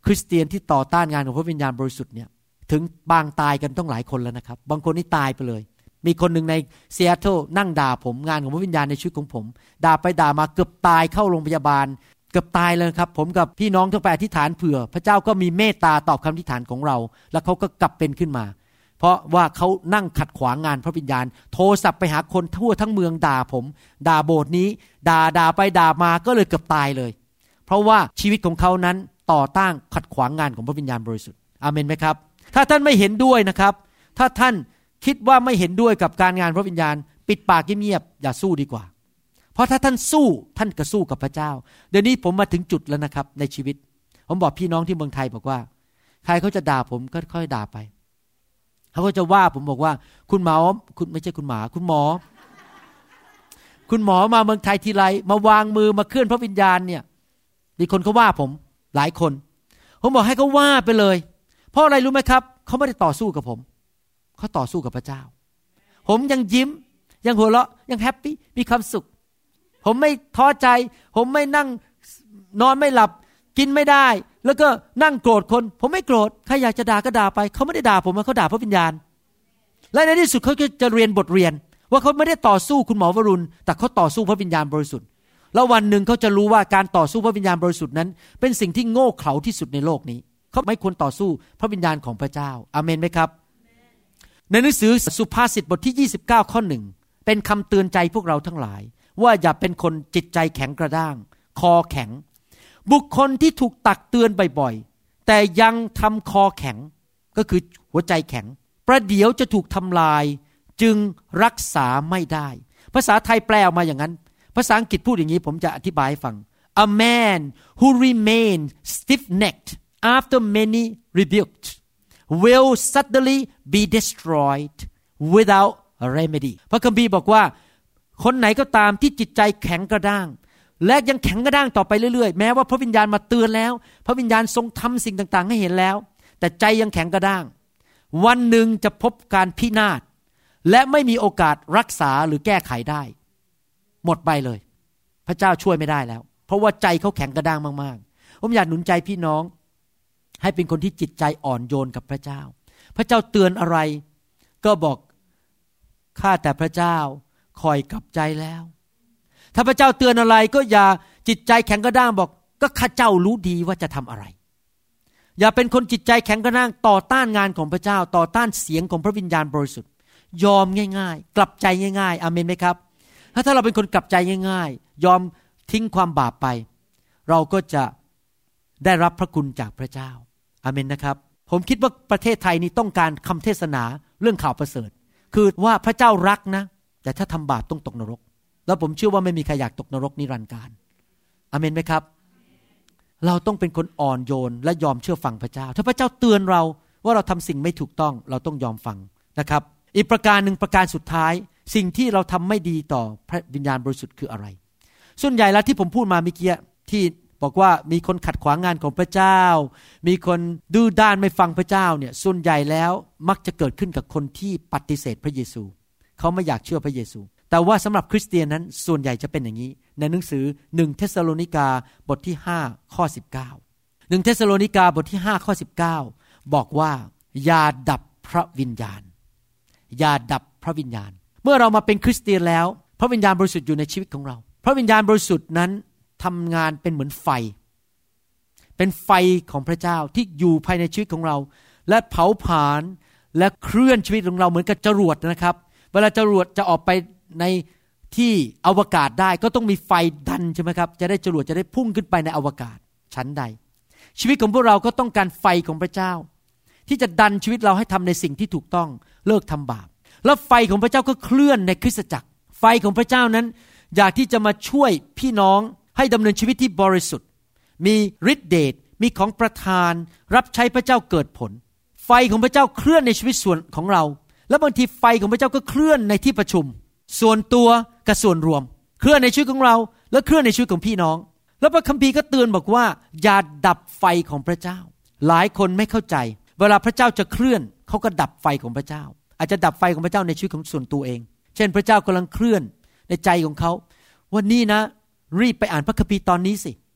คริสเตียนที่ต่อต้านงานของพระวิญญาณบริสุทธิ์เนี่ยถึงบางตายกันต้องหลายคนแล้วนะครับบางคนนี่ตายไปเลยมีคนหนึ่งในซีแอตเทิลนั่งด่าผมงานของพระวิญญาณในชีวิตของผมด่าไปด่ามาเกือบตายเข้าโรงพยาบาลเกือบตายเลยครับผมกับพี่น้องทั้งไปอธิษฐานเผื่อพระเจ้าก็มีเมตตาตอบคำอธิษฐานของเราแล้วเขาก็กลับเป็นขึ้นมาเพราะว่าเขานั่งขัดขวางงานพระวิญญาณโทรศัพท์ไปหาคนทั่วทั้งเมืองด่าผมด่าโบสถ์นี้ด่าด่าไปด่ามาก็เลยเกือบตายเลยเพราะว่าชีวิตของเขานั้นต่อต้านขัดขวางงานของพระวิญญาณบริสุทธิ์อาเมนไหมครับถ้าท่านไม่เห็นด้วยนะครับถ้าท่านคิดว่าไม่เห็นด้วยกับการงานพระวิญญาณปิดปากเงียบๆอย่าสู้ดีกว่าเพราะถ้าท่านสู้ท่านก็สู้กับพระเจ้าเดี๋ยวนี้ผมมาถึงจุดแล้วนะครับในชีวิตผมบอกพี่น้องที่เมืองไทยบอกว่าใครเขาจะด่าผมก็ค่อยด่าไปเขาก็จะว่าผมบอกว่าคุณหมอคุณไม่ใช่คุณหมาคุณหมอคุณหมอมาเมืองไทยทีไรมาวางมือมาเคลื่อนพระวิญญาณเนี่ยมีคนเขาว่าผมหลายคนผมบอกให้เขาว่าไปเลยเพราะอะไรรู้ไหมครับเขาไม่ได้ต่อสู้กับผมเขาต่อสู้กับพระเจ้าผมยังยิ้มยังหัวเราะยังแฮปปี้มีความสุขผมไม่ท้อใจผมไม่นั่งนอนไม่หลับกินไม่ได้แล้วก็นั่งโกรธคนผมไม่โกรธใครอยากจะด่าก็ด่าไปเขาไม่ได้ด่าผมเขาด่าพระวิญญาณและในที่สุดเขาจะเรียนบทเรียนว่าเขาไม่ได้ต่อสู้คุณหมอวรุณแต่เขาต่อสู้พระวิญญาณบริสุทธิ์แล้ววันหนึ่งเขาจะรู้ว่าการต่อสู้พระวิญญาณบริสุทธิ์นั้นเป็นสิ่งที่โง่เขลาที่สุดในโลกนี้เขาไม่ควรต่อสู้พระวิญญาณของพระเจ้าอาเมนไหมครับในหนังสือสุภาษิตบทที่ยี่สิบเก้าข้อหนึ่งเป็นคำเตือนใจพวกเราทั้งหลายว่าอย่าเป็นคนจิตใจแข็งกระด้างคอแข็งบุคคลที่ถูกตักเตือนบ่อยๆแต่ยังทำคอแข็งก็คือหัวใจแข็งประเดี๋ยวจะถูกทำลายจึงรักษาไม่ได้ภาษาไทยแปลออกมาอย่างนั้นภาษาอังกฤษพูดอย่างนี้ผมจะอธิบายให้ฟัง A man who remains stiff-necked after many rebukes will suddenly be destroyed without remedy พระคัมภีร์บอกว่าคนไหนก็ตามที่จิตใจแข็งกระด้างและยังแข็งกระด้างต่อไปเรื่อยๆแม้ว่าพระวิญญาณมาเตือนแล้วพระวิญญาณทรงทำสิ่งต่างๆให้เห็นแล้วแต่ใจยังแข็งกระด้างวันหนึ่งจะพบการพินาศและไม่มีโอกาสรักษาหรือแก้ไขได้หมดไปเลยพระเจ้าช่วยไม่ได้แล้วเพราะว่าใจเขาแข็งกระด้างมากๆผมอยากหนุนใจพี่น้องให้เป็นคนที่จิตใจอ่อนโยนกับพระเจ้าพระเจ้าเตือนอะไรก็บอกข้าแต่พระเจ้าคอยกลับใจแล้วถ้าพระเจ้าเตือนอะไรก็อย่าจิตใจแข็งกระด้างบอกก็ข้าเจ้ารู้ดีว่าจะทำอะไรอย่าเป็นคนจิตใจแข็งกระด้างต่อต้านงานของพระเจ้าต่อต้านเสียงของพระวิญญาณบริสุทธิ์ยอมง่ายๆกลับใจง่ายๆอาเมนไหมครับถ้าถ้าเราเป็นคนกลับใจง่ายๆยอมทิ้งความบาปไปเราก็จะได้รับพระคุณจากพระเจ้าอาเมนนะครับผมคิดว่าประเทศไทยนี้ต้องการคำเทศนาเรื่องข่าวประเสริฐคือว่าพระเจ้ารักนะแต่ถ้าทำบาปต้องตกนรกแล้วผมเชื่อว่าไม่มีใครอยากตกนรกนิรันดร์กาลอาเมนไหมครับเราต้องเป็นคนอ่อนโยนและยอมเชื่อฟังพระเจ้าถ้าพระเจ้าเตือนเราว่าเราทำสิ่งไม่ถูกต้องเราต้องยอมฟังนะครับอีกประการหนึ่งประการสุดท้ายสิ่งที่เราทำไม่ดีต่อพระวิญญาณบริสุทธิ์คืออะไรส่วนใหญ่แล้วที่ผมพูดมาเมื่อกี้ที่บอกว่ามีคนขัดขวางงานของพระเจ้ามีคนดื้อด้านไม่ฟังพระเจ้าเนี่ยส่วนใหญ่แล้วมักจะเกิดขึ้นกับคนที่ปฏิเสธพระเยซูเขาไม่อยากเชื่อพระเยซูแต่ว่าสำหรับคริสเตียนนั้นส่วนใหญ่จะเป็นอย่างนี้ในหนังสือหนึ่งเธสะโลนิกาบทที่ห้าข้อสิบเก้า หนึ่งเธสะโลนิกาบทที่ห้าข้อสิบเก้าบอกว่าอย่าดับพระวิญญาณอย่าดับพระวิญญาณเมื่อเรามาเป็นคริสเตียนแล้วพระวิญญาณบริสุทธิ์อยู่ในชีวิตของเราพระวิญญาณบริสุทธิ์นั้นทำงานเป็นเหมือนไฟเป็นไฟของพระเจ้าที่อยู่ภายในชีวิตของเราและเผาผลาญและเคลื่อนชีวิตของเราเหมือนกับจรวดนะครับเวลาจรวดจะออกไปในที่อวกาศได้ก็ต้องมีไฟดันใช่ไหมครับจะได้จรวดจะได้พุ่งขึ้นไปในอวกาศชั้นใดชีวิตของพวกเราก็ต้องการไฟของพระเจ้าที่จะดันชีวิตเราให้ทำในสิ่งที่ถูกต้องเลิกทำบาปแล้วไฟของพระเจ้าก็เคลื่อนในคริสตจักรไฟของพระเจ้านั้นอยากที่จะมาช่วยพี่น้องให้ดำเนินชีวิตที่บริสุทธิ์มีฤทธิเดชมีของประทานรับใช้พระเจ้าเกิดผลไฟของพระเจ้าเคลื่อนในชีวิตส่วนของเราแล้วบางทีไฟของพระเจ้าก็เคลื่อนในที่ประชุมส่วนตัวกับส่วนรวมเคลื่อนในชีวิตของเราและเคลื่อนในชีวิตของพี่น้องแล้วพระคัมภีร์ก็เตือนบอกว่าอย่าดับไฟของพระเจ้าหลายคนไม่เข้าใจเวลาพระเจ้าจะเคลื่อนเขาก็ดับไฟของพระเจ้าอาจจะดับไฟของพระเจ้าในชีวิตของส่วนตัวเองเช่นพระเจ้ากำลังเคลื่อนในใจของเขาวันนี้นะรีบไปอ่านพระคัมภีร์ตอนนี้สิ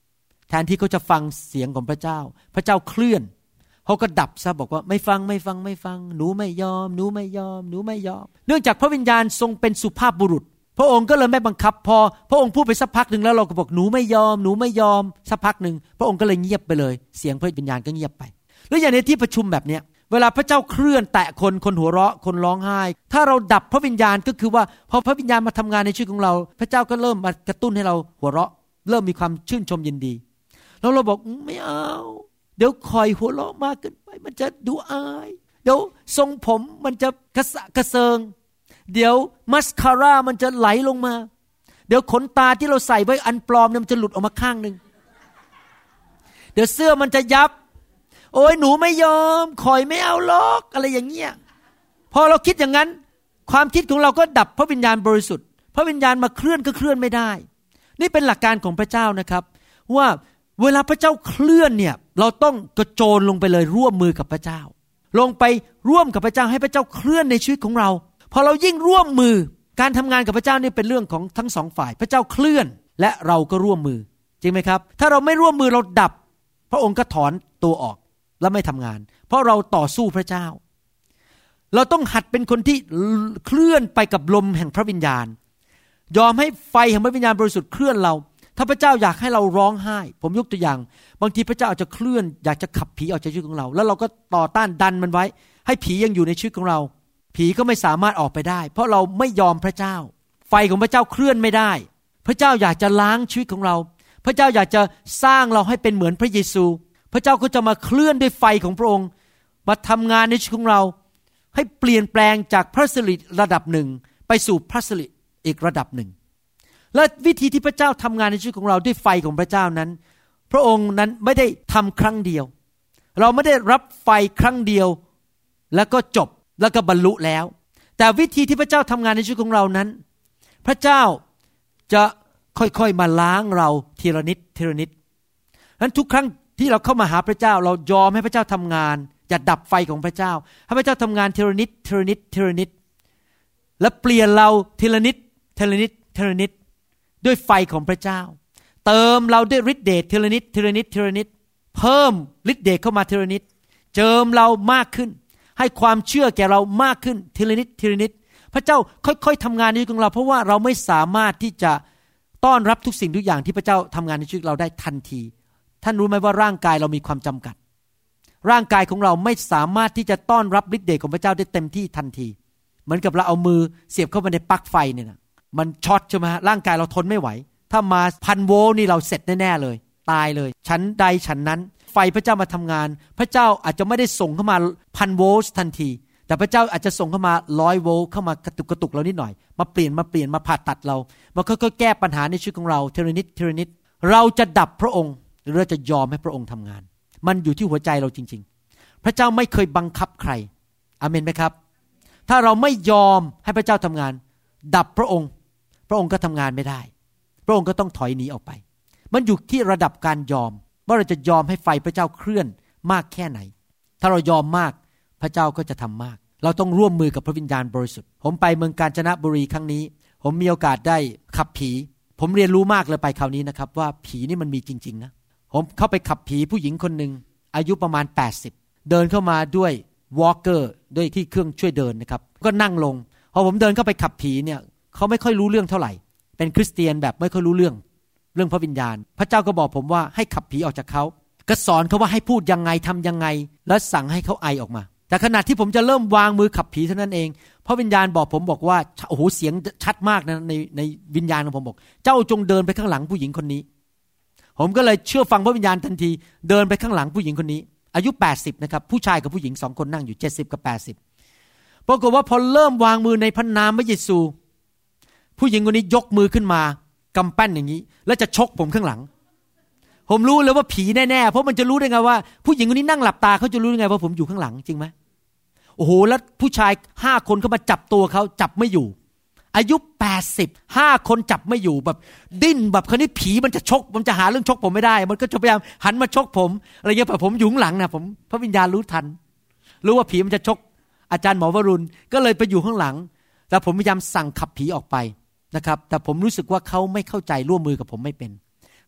แทนที่เขาจะฟังเสียงของพระเจ้าพระเจ้าเคลื่อนเขาก็ดับซะบอกว่าไม่ฟังไม่ฟังไม่ฟังหนูไม่ยอมหนูไม่ยอมหนูไม่ยอมเนื่องจากพระวิญญาณทรงเป็นสุภาพบุรุษพระองค์ก็เลยไม่บังคับพอพระองค์พูดไปสักพักนึงแล้วเราก็บอกหนูไม่ยอมหนูไม่ยอมสักพักนึงพระองค์ก็เลยเงียบไปเลยเสียงพระวิญญาณก็เงียบไปแล้วอย่างในที่ประชุมแบบเนี้ยเวลาพระเจ้าเคลื่อนแตะคนคนหัวเราะคนร้องไห้ถ้าเราดับพระวิญญาณก็คือว่าพอพระวิญญาณมาทำงานในชีวิตของเราพระเจ้าก็เริ่มมากระตุ้นให้เราหัวเราะเริ่มมีความชื่นชมยินดีแล้วเราบอกไม่เอาเดี๋ยวคอยหัวเราะมากเกินไปมันจะดูอายเดี๋ยวทรงผมมันจะกระสะกระเซิงเดี๋ยวมัสคาร่ามันจะไหลลงมาเดี๋ยวขนตาที่เราใส่ไว้อันปลอมเนี่ยมันจะหลุดออกมาข้างนึงเดี๋ยวเสื้อมันจะยับโอ้ยหนูไม่ยอมคอยไม่เอาล็อกอะไรอย่างเงี้ยพอเราคิดอย่างนั้นความคิดของเราก็ดับพระวิญญาณบริสุทธิ์พระวิญญาณมาเคลื่อนก็เคลื่อนไม่ได้นี่เป็นหลักการของพระเจ้านะครับว่าเวลาพระเจ้าเคลื่อนเนี่ยเราต้องกระโจนลงไปเลยร่วมมือกับพระเจ้าลงไปร่วมกับพระเจ้าให้พระเจ้าเคลื่อนในชีวิตของเราพอเรายิ่งร่วมมือการทำงานกับพระเจ้านี่เป็นเรื่องของทั้งสองฝ่ายพระเจ้าเคลื่อนและเราก็ร่วมมือจริงไหมครับถ้าเราไม่ร่วมมือเราดับพระองค์ก็ถอนตัวออกและไม่ทำงานเพราะเราต่อสู้พระเจ้าเราต้องหัดเป็นคนที่เคลื่อนไปกับลมแห่งพระวิญญาณยอมให้ไฟแห่งพระวิญญาณบริสุทธิ์เคลื่อนเราถ้าพระเจ้าอยากให้เราร้องไห้ผมยกตัวอย่างบางทีพระเจ้าอาจจะเคลื่อนอยากจะขับผีออกจากชีวิตของเราแล้วเราก็ต่อต้านดันมันไว้ให้ผียังอยู่ในชีวิตของเราผีก็ไม่สามารถออกไปได้เพราะเราไม่ยอมพระเจ้าไฟของพระเจ้าเคลื่อนไม่ได้พระเจ้าอยากจะล้างชีวิตของเราพระเจ้าอยากจะสร้างเราให้เป็นเหมือนพระเยซูพระเจ้าก็จะมาเคลื่อนด้วยไฟของพระองค์มาทำงานในชีวิตของเราให้เปลี่ยนแปลงจากพระสิริระดับหนึ่งไปสู่พระสิริอีกระดับหนึ่งและวิธีที่พระเจ้าทำงานในชีวิตของเราด้วยไฟของพระเจ้านั้นพระองค์นั้นไม่ได้ทำครั้งเดียวเราไม่ได้รับไฟครั้งเดียวแล้วก็จบแล้วก็บรรลุแล้วแต่วิธีที่พระเจ้าทำงานในชีวิตของเรานั้นพระเจ้าจะค่อยๆมาล้างเราทีละนิดทีละนิดนั้นทุกครั้งที่เราเข้ามาหาพระเจ้าเรายอมให้พระเจ้าทำงานอย่าดับไฟของพระเจ้าให้พระเจ้าทำงานทีละนิดทีละนิดทีละนิดและเปลี่ยนเราทีละนิดทีละนิดทีละนิดด้วยไฟของพระเจ้าเติมเราด้วยฤทธิ์เดชทีละนิดทีละนิดทีละนิดเพิ่มฤทธิ์เดชเข้ามาทีละนิดเจิมเรามากขึ้นให้ความเชื่อแก่เรามากขึ้นทีละนิดทีละนิดพระเจ้าค่อยๆทำงานในชีวิตของเราเพราะว่าเราไม่สามารถที่จะต้อนรับทุกสิ่งทุกอย่างที่พระเจ้าทำงานในชีวิตเราได้ทันทีท่านรู้ไหมว่าร่างกายเรามีความจำกัดร่างกายของเราไม่สามารถที่จะต้อนรับฤทธิ์เดชของพระเจ้าได้เต็มที่ทันทีเหมือนกับเราเอามือเสียบเข้าไปในปลั๊กไฟเนี่ยนะมันช็อตใช่ไหมร่างกายเราทนไม่ไหวถ้ามาพันโวลต์นี่เราเสร็จแน่ๆเลยตายเลยชั้นใดชั้นนั้นไฟพระเจ้ามาทำงานพระเจ้าอาจจะไม่ได้ส่งเข้ามาพันโวลต์ทันทีแต่พระเจ้าอาจจะส่งเข้ามาร้อยโวลต์เข้ามากระตุกกระตุกเรานิดหน่อยมาเปลี่ยนมาเปลี่ยนมาผ่าตัดเรามาค่อยๆแก้ปัญหาในชีวิตของเราทีละนิดทีละนิดเราจะดับพระองค์หรือเราจะยอมให้พระองค์ทำงานมันอยู่ที่หัวใจเราจริงๆพระเจ้าไม่เคยบังคับใครอาเมนไหมครับถ้าเราไม่ยอมให้พระเจ้าทำงานดับพระองค์พระองค์ก็ทำงานไม่ได้พระองค์ก็ต้องถอยหนีออกไปมันอยู่ที่ระดับการยอมว่าเราจะยอมให้ไฟพระเจ้าเคลื่อนมากแค่ไหนถ้าเรายอมมากพระเจ้าก็จะทำมากเราต้องร่วมมือกับพระวิญญาณบริสุทธิ์ผมไปเมืองกาญจนบุรีครั้งนี้ผมมีโอกาสได้ขับผีผมเรียนรู้มากเลยไปคราวนี้นะครับว่าผีนี่มันมีจริงๆนะผมเข้าไปขับผีผู้หญิงคนหนึ่งอายุประมาณแปดสิบเดินเข้ามาด้วยวอล์กเกอร์ด้วยที่เครื่องช่วยเดินนะครับก็นั่งลงพอผมเดินเข้าไปขับผีเนี่ยเขาไม่ค่อยรู้เรื่องเท่าไหร่เป็นคริสเตียนแบบไม่ค่อยรู้เรื่องเรื่องพระวิญญาณพระเจ้าก็บอกผมว่าให้ขับผีออกจากเขาก็สอนเขาว่าให้พูดยังไงทำยังไงแล้วสั่งให้เขาไอออกมาแต่ขณะที่ผมจะเริ่มวางมือขับผีเท่านั้นเองพระวิญญาณบอกผมบอกว่าโอ้โหเสียงชัดมากนะในในวิญญาณของผมบอกเจ้าจงเดินไปข้างหลังผู้หญิงคนนี้ผมก็เลยเชื่อฟังพระวิญญาณทันทีเดินไปข้างหลังผู้หญิงคนนี้อายุแปดสิบนะครับผู้ชายกับผู้หญิงสองคนนั่งอยู่เจ็ดสิบกับแปดสิบปรากฏว่าพอเริ่มวางมือในพระนามพระเยซูผู้หญิงคนนี้ยกมือขึ้นมากำปั้นอย่างนี้แล้วจะชกผมข้างหลังผมรู้เลยว่าผีแน่ๆเพราะมันจะรู้ได้ไงว่าผู้หญิงคนนี้นั่งหลับตาเขาจะรู้ได้ไงว่าผมอยู่ข้างหลังจริงไหมโอ้โหแล้วผู้ชายห้าคนเข้ามาจับตัวเขาจับไม่อยู่อายุแปดสิบ ห้าคนจับไม่อยู่แบบดิ้นแบบคนนี้ผีมันจะชกมันจะหาเรื่องชกผมไม่ได้มันก็จะพยายามหันมาชกผมอะไรเงี้ยแต่ผมอยู่ข้างหลังนะผมพระวิญญาณรู้ทันรู้ว่าผีมันจะชกอาจารย์หมอวรุณก็เลยไปอยู่ข้างหลังแต่ผมพยายามสั่งขับผีออกไปนะครับแต่ผมรู้สึกว่าเขาไม่เข้าใจร่วมมือกับผมไม่เป็น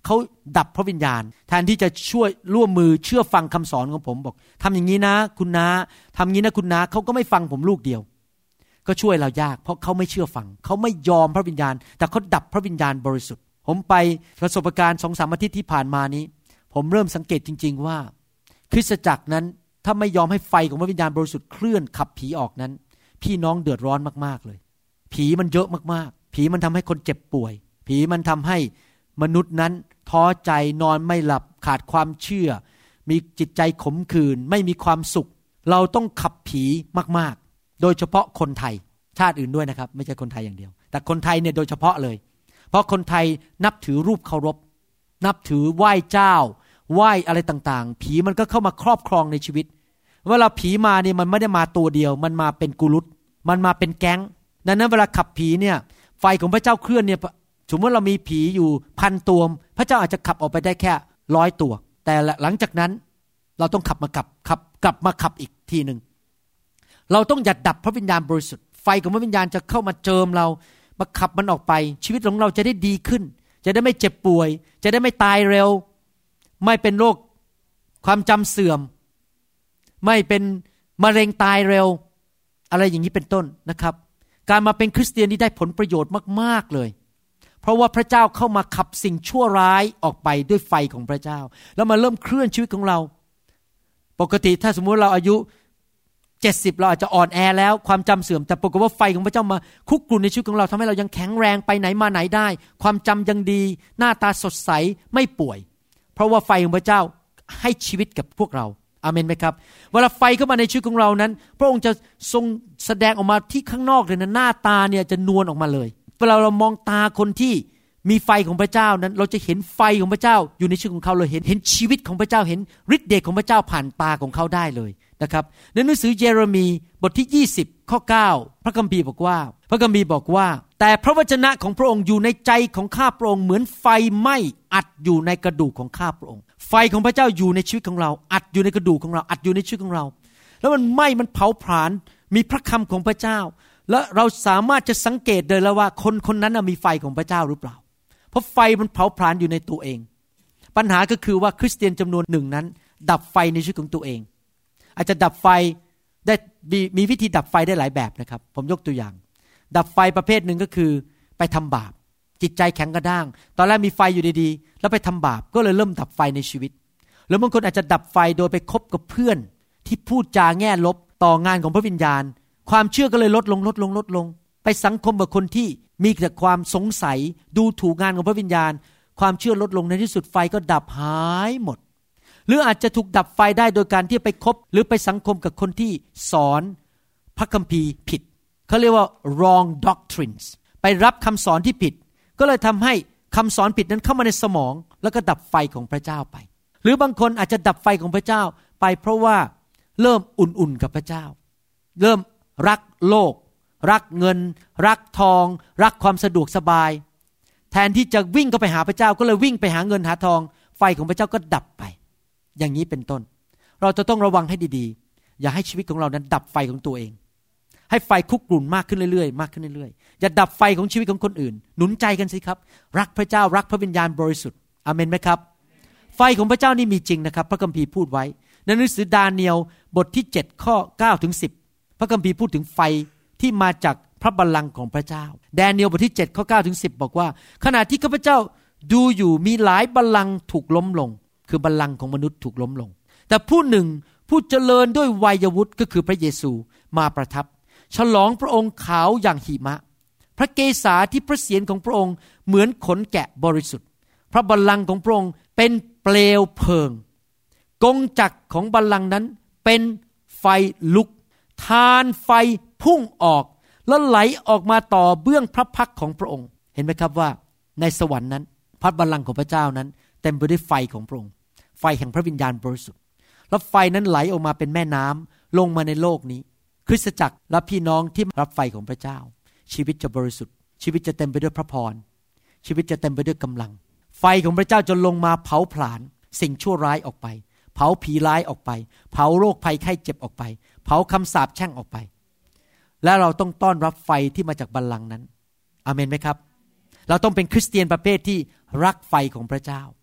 เขาดับพระวิญญาณแทนที่จะช่วยร่วมมือเชื่อฟังคำสอนของผมบอกทำอย่างนี้นะคุณน้าทำอย่างนี้นะคุณน้าเขาก็ไม่ฟังผมลูกเดียวก็ช่วยเรายากเพราะเขาไม่เชื่อฟังเขาไม่ยอมพระวิญญาณแต่เขาดับพระวิญญาณบริสุทธิ์ผมไปประสบการณ์ สองถึงสาม อาทิตย์ที่ผ่านมานี้ผมเริ่มสังเกตจริงๆว่าคริสตจักรนั้นถ้าไม่ยอมให้ไฟของพระวิญญาณบริสุทธิ์เคลื่อนขับผีออกนั้นพี่น้องเดือดร้อนมากๆเลยผีมันเยอะมากๆผีมันทำให้คนเจ็บป่วยผีมันทำให้มนุษย์นั้นท้อใจนอนไม่หลับขาดความเชื่อมีจิตใจขมขื่นไม่มีความสุขเราต้องขับผีมากๆโดยเฉพาะคนไทยชาติอื่นด้วยนะครับไม่ใช่คนไทยอย่างเดียวแต่คนไทยเนี่ยโดยเฉพาะเลยเพราะคนไทยนับถือรูปเคารพนับถือไหว้เจ้าไหว้อะไรต่างๆผีมันก็เข้ามาครอบครองในชีวิตเวลาผีมาเนี่ยมันไม่ได้มาตัวเดียวมันมาเป็นกุลุตมันมาเป็นแก๊งดังนั้นเวลาขับผีเนี่ยไฟของพระเจ้าเคลื่อนเนี่ยสมมติเรามีผีอยู่พันตัวพระเจ้าอาจจะขับออกไปได้แค่ร้อยตัวแต่หลังจากนั้นเราต้องขับมาขับขับกลับมาขับอีกทีนึงเราต้องหยัดดับพระวิญญาณบริสุทธิ์ไฟของพระวิญญาณจะเข้ามาเจิมเรามาขับมันออกไปชีวิตของเราจะได้ดีขึ้นจะได้ไม่เจ็บป่วยจะได้ไม่ตายเร็วไม่เป็นโรคความจำเสื่อมไม่เป็นมะเร็งตายเร็วอะไรอย่างนี้เป็นต้นนะครับการมาเป็นคริสเตียนนี่ได้ผลประโยชน์มากๆเลยเพราะว่าพระเจ้าเข้ามาขับสิ่งชั่วร้ายออกไปด้วยไฟของพระเจ้าแล้วมาเริ่มเคลื่อนชีวิตของเราปกติถ้าสมมุติเราอายุเจ็ดสิบเราอาจจะอ่อนแอแล้วความจำเสื่อมแต่ปรากฏว่าไฟของพระเจ้ามาคุกกรุ่นในชีวิตของเราทำให้เรายังแข็งแรงไปไหนมาไหนได้ความจำยังดีหน้าตาสดใสไม่ป่วยเพราะว่าไฟของพระเจ้าให้ชีวิตกับพวกเราอาเมนไหมครับเวลาไฟเข้ามาในชีวิตของเรานั้นพระองค์จะทรงแสดงออกมาที่ข้างนอกเลยนะหน้าตาเนี่ยจะนวลออกมาเลยเวลาเรามองตาคนที่มีไฟของพระเจ้านั้นเราจะเห็นไฟของพระเจ้าอยู่ในชีวิตของเขาเลยเห็นเห็นชีวิตของพระเจ้าเห็นฤทธิ์เดชของพระเจ้าผ่านตาของเขาได้เลยนะครับในหนังสือเยเรมีบทที่ยี่สิบข้อเก้าพระคัมภีร์บอกว่าพระคัมภีร์บอกว่าแต่พระวจนะของพระองค์อยู่ในใจของข้าพระองค์เหมือนไฟไหม้อัดอยู่ในกระดูกของข้าพระองค์ไฟของพระเจ้าอยู่ในชีวิตของเราอัดอยู่ในกระดูกของเราอัดอยู่ในชีวิตของเราแล้วมันไหม้มันเผาผลาญมีพระคำของพระเจ้าและเราสามารถจะสังเกตเลยแล้วว่าคนคนนั้นมีไฟของพระเจ้าหรือเปล่าเพราะไฟมันเผาผลาญอยู่ในตัวเองปัญหาก็คือว่าคริสเตียนจำนวนหนึ่งนั้นดับไฟในชีวิตของตัวเองอาจจะดับไฟได้มีมีวิธีดับไฟได้หลายแบบนะครับผมยกตัวอย่างดับไฟประเภทหนึ่งก็คือไปทำบาปจิตใจแข็งกระด้างตอนแรกมีไฟอยู่ดีๆแล้วไปทำบาปก็เลยเริ่มดับไฟในชีวิตหรือบางคนอาจจะดับไฟโดยไปคบกับเพื่อนที่พูดจาแง่ลบต่องานของพระวิญญาณความเชื่อก็เลยลดลงลดลงลดลงไปสังคมกับคนที่มีแต่ความสงสัยดูถูกงานของพระวิญญาณความเชื่อลดลงในที่สุดไฟก็ดับหายหมดหรืออาจจะถูกดับไฟได้โดยการที่ไปคบหรือไปสังคมกับคนที่สอนพระคัมภีร์ผิดเขาเรียกว่า wrong doctrines ไปรับคำสอนที่ผิดก็เลยทำให้คำสอนผิดนั้นเข้ามาในสมองแล้วก็ดับไฟของพระเจ้าไปหรือบางคนอาจจะดับไฟของพระเจ้าไปเพราะว่าเริ่มอุ่นๆกับพระเจ้าเริ่มรักโลกรักเงินรักทองรักความสะดวกสบายแทนที่จะวิ่งเข้าไปหาพระเจ้าก็เลยวิ่งไปหาเงินหาทองไฟของพระเจ้าก็ดับไปอย่างนี้เป็นต้นเราจะต้องระวังให้ดีๆอย่าให้ชีวิตของเรานั้นดับไฟของตัวเองให้ไฟคุกรุ่นมากขึ้นเรื่อยๆมากขึ้นเรื่อยๆอย่าดับไฟของชีวิตของคนอื่นหนุนใจกันสิครับรักพระเจ้ารักพระวิญญาณบริสุทธิ์อาเมนไหมครับไฟของพระเจ้านี่มีจริงนะครับพระคัมภีร์พูดไว้ในหนังสือดาเนียลบทที่เจ็ดข้อเก้าถึงสิบพระคัมภีร์พูดถึงไฟที่มาจากพระบัลลังก์ของพระเจ้าดาเนียลบทที่เจ็ดข้อเก้าถึงสิบบอกว่าขณะที่ข้าพเจ้าดูอยู่มีหลายบัลลังก์ถูกล้มลงคือบัลลังก์ของมนุษย์ถูกล้มลงแต่ผู้หนึ่งผู้เจริญด้วยวัยวุฒิก็คือพระเยซูมาประทับฉลองพระองค์ขาวอย่างหิมะพระเกศาที่พระเศียรของพระองค์เหมือนขนแกะบริสุทธิ์พระบัลลังก์ของพระองค์เป็นเปลวเพลิงกงจักรของบัลลังก์นั้นเป็นไฟลุกทานไฟพุ่งออกแล้วไหลออกมาต่อเบื้องพระพักตร์ของพระองค์เห็นไหมครับว่าในสวรรค์นั้นพระบัลลังก์ของพระเจ้านั้นเต็มไปด้วยไฟของพระองค์ไฟแห่งพระวิญญาณบริสุทธิ์แล้วไฟนั้นไหลออกมาเป็นแม่น้ำลงมาในโลกนี้คริสตจักรและพี่น้องที่รับไฟของพระเจ้าชีวิตจะบริสุทธิ์ชีวิตจะเต็มไปด้วยพระพรชีวิตจะเต็มไปด้วยกำลังไฟของพระเจ้าจะลงมาเผาผลาญสิ่งชั่วร้ายออกไปเผาผีร้ายออกไปเผาโรคภัยไข้เจ็บออกไปเผาคำสาปแช่งออกไปและเราต้องต้อนรับไฟที่มาจากบัลลังก์นั้นอาเมนไหมครับเราต้องเป็นคริสเตียนประเภทที่รักไฟของพระเจ้า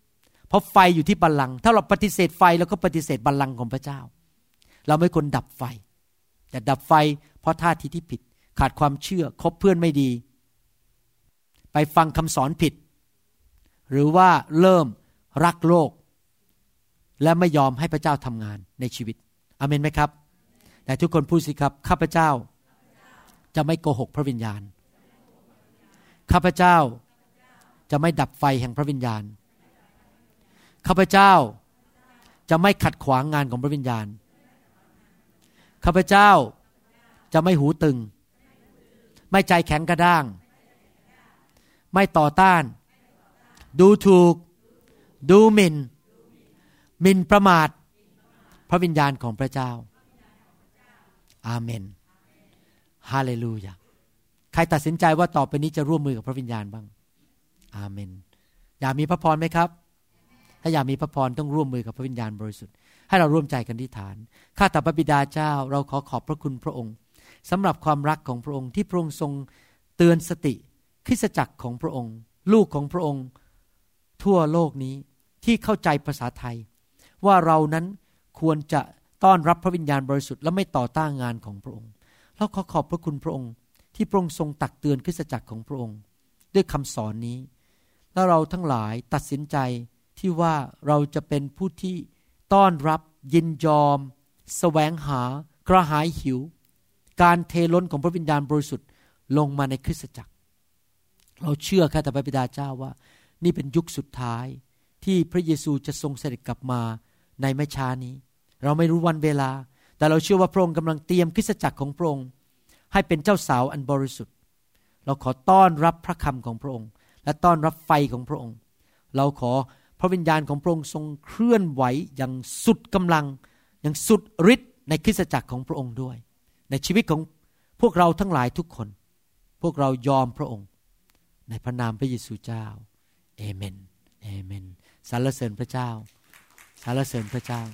เพราะไฟอยู่ที่บัลลังก์ถ้าเราปฏิเสธไฟเราก็ปฏิเสธบัลลังก์ของพระเจ้าเราไม่ควรดับไฟแต่ดับไฟเพราะท่าทีที่ผิดขาดความเชื่อคบเพื่อนไม่ดีไปฟังคำสอนผิดหรือว่าเริ่มรักโลกและไม่ยอมให้พระเจ้าทำงานในชีวิตอาเมนไหมครับแต่ทุกคนพูดสิครับข้าพเจ้าจะไม่โกหกพระวิญญาณข้าพเจ้าจะไม่ดับไฟแห่งพระวิญญาณข้าพเจ้าจะไม่ขัดขวางงานของพระวิญญาณข้าพเจ้าจะไม่หูตึงไม่ใจแข็งกระด้างไม่ต่อต้านดูถูกดูหมิ่นหมิ่นประมาทพระวิญญาณของพระเจ้าอาเมนฮาเลลูยาใครตัดสินใจว่าต่อไปนี้จะร่วมมือกับพระวิญญาณบ้างอาเมนอยากมีพระพรไหมครับถ้าอยากมีพระพรต้องร่วมมือกับพระวิญญาณบริสุทธิ์ให้เราร่วมใจกันอธิษฐานข้าแต่พระบิดาเจ้าเราขอขอบพระคุณพระองค์สำหรับความรักของพระองค์ที่พระองค์ทรงเตือนสติคริสตจักรของพระองค์ลูกของพระองค์ทั่วโลกนี้ที่เข้าใจภาษาไทยว่าเรานั้นควรจะต้อนรับพระวิญญาณบริสุทธิ์และไม่ต่อต้านงานของพระองค์เราขอขอบพระคุณพระองค์ที่พระองค์ทรงตักเตือนคริสตจักรของพระองค์ด้วยคำสอนนี้แล้วเราทั้งหลายตัดสินใจที่ว่าเราจะเป็นผู้ที่ต้อนรับยินยอมแสวงหากระหายหิวการเทล้นของพระวิญญาณบริสุทธิ์ลงมาในคริสตจักรเราเชื่อข้าแต่พระบิดาเจ้าว่านี่เป็นยุคสุดท้ายที่พระเยซูจะทรงเสด็จกลับมาในไม่ช้านี้เราไม่รู้วันเวลาแต่เราเชื่อว่าพระองค์กำลังเตรียมคริสตจักรของพระองค์ให้เป็นเจ้าสาวอันบริสุทธิ์เราขอต้อนรับพระคำของพระองค์และต้อนรับไฟของพระองค์เราขอพระวิญญาณของพระองค์ทรงเคลื่อนไหวอย่างสุดกำลังอย่างสุดฤทธิ์ในคริสตจักรของพระองค์ด้วยในชีวิตของพวกเราทั้งหลายทุกคนพวกเรายอมพระองค์ในพระนามพระเยซูเจ้าเอเมนเอเมนสรรเสริญพระเจ้าสรรเสริญพระเจ้า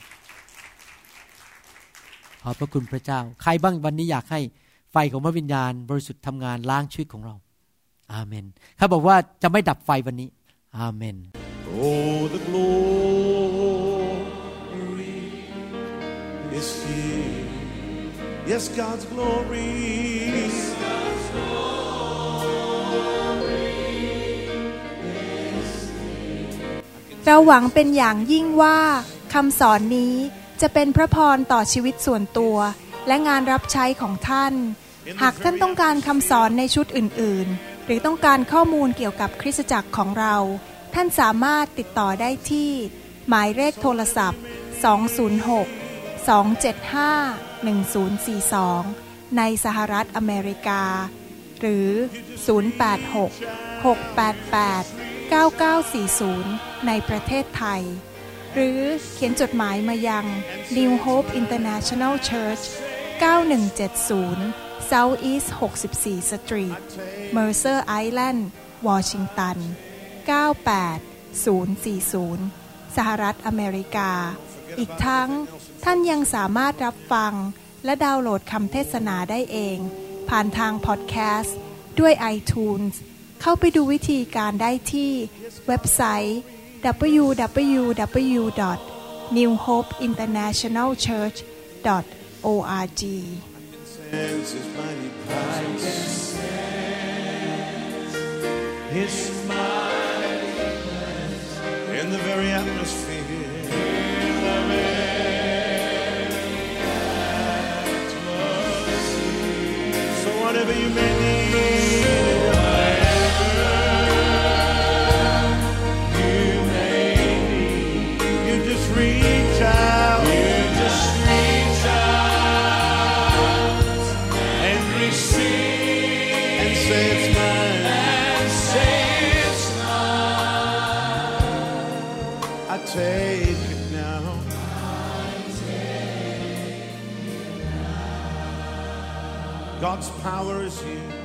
ขอบพระคุณพระเจ้าใครบ้างวันนี้อยากให้ไฟของพระวิญญาณบริสุทธิ์ทำงานล้างชีวิตของเราอาเมนเขาบอกว่าจะไม่ดับไฟวันนี้อาเมน Oh, the glory is here. Yes, God's glory. Yes, God's glory is here. เราหวังเป็นอย่างยิ่งว่าคำสอนนี้จะเป็นพระพรต่อชีวิตส่วนตัวและงานรับใช้ของท่านหากท่านต้องการคำสอนในชุดอื่นๆหรือต้องการข้อมูลเกี่ยวกับคริสตจักรของเราท่านสามารถติดต่อได้ที่หมายเลขโทรศัพท์สอง ศูนย์ หก สอง เจ็ด ห้า หนึ่ง ศูนย์ สี่ สองในสหรัฐอเมริกาหรือศูนย์ แปด หก หก แปด แปด เก้า เก้า สี่ ศูนย์ในประเทศไทยหรือเขียนจดหมายมายัง New Hope International Church เก้าหนึ่งเจ็ดศูนย์ South East หกสิบสี่ Street Mercer Island Washington เก้า แปด ศูนย์ สี่ ศูนย์สหรัฐอเมริกาอีกทั้งท่านยังสามารถรับฟังและดาวน์โหลดคำเทศนาได้เองผ่านทางพอดแคสต์ด้วย iTunes เข้าไปดูวิธีการได้ที่เว็บไซต์ ดับเบิลยู ดับเบิลยู ดับเบิลยู ดอท นิว โฮป อินเตอร์เนชั่นแนล เชิร์ช ดอท โอ อาร์ จี His mighty presence in the very atmosphere. In the very atmosphere. So whatever you may need, whatever you may need, you just reach out. You just reach out and receive and say it's mine. Take it now. I take it now. God's power is here.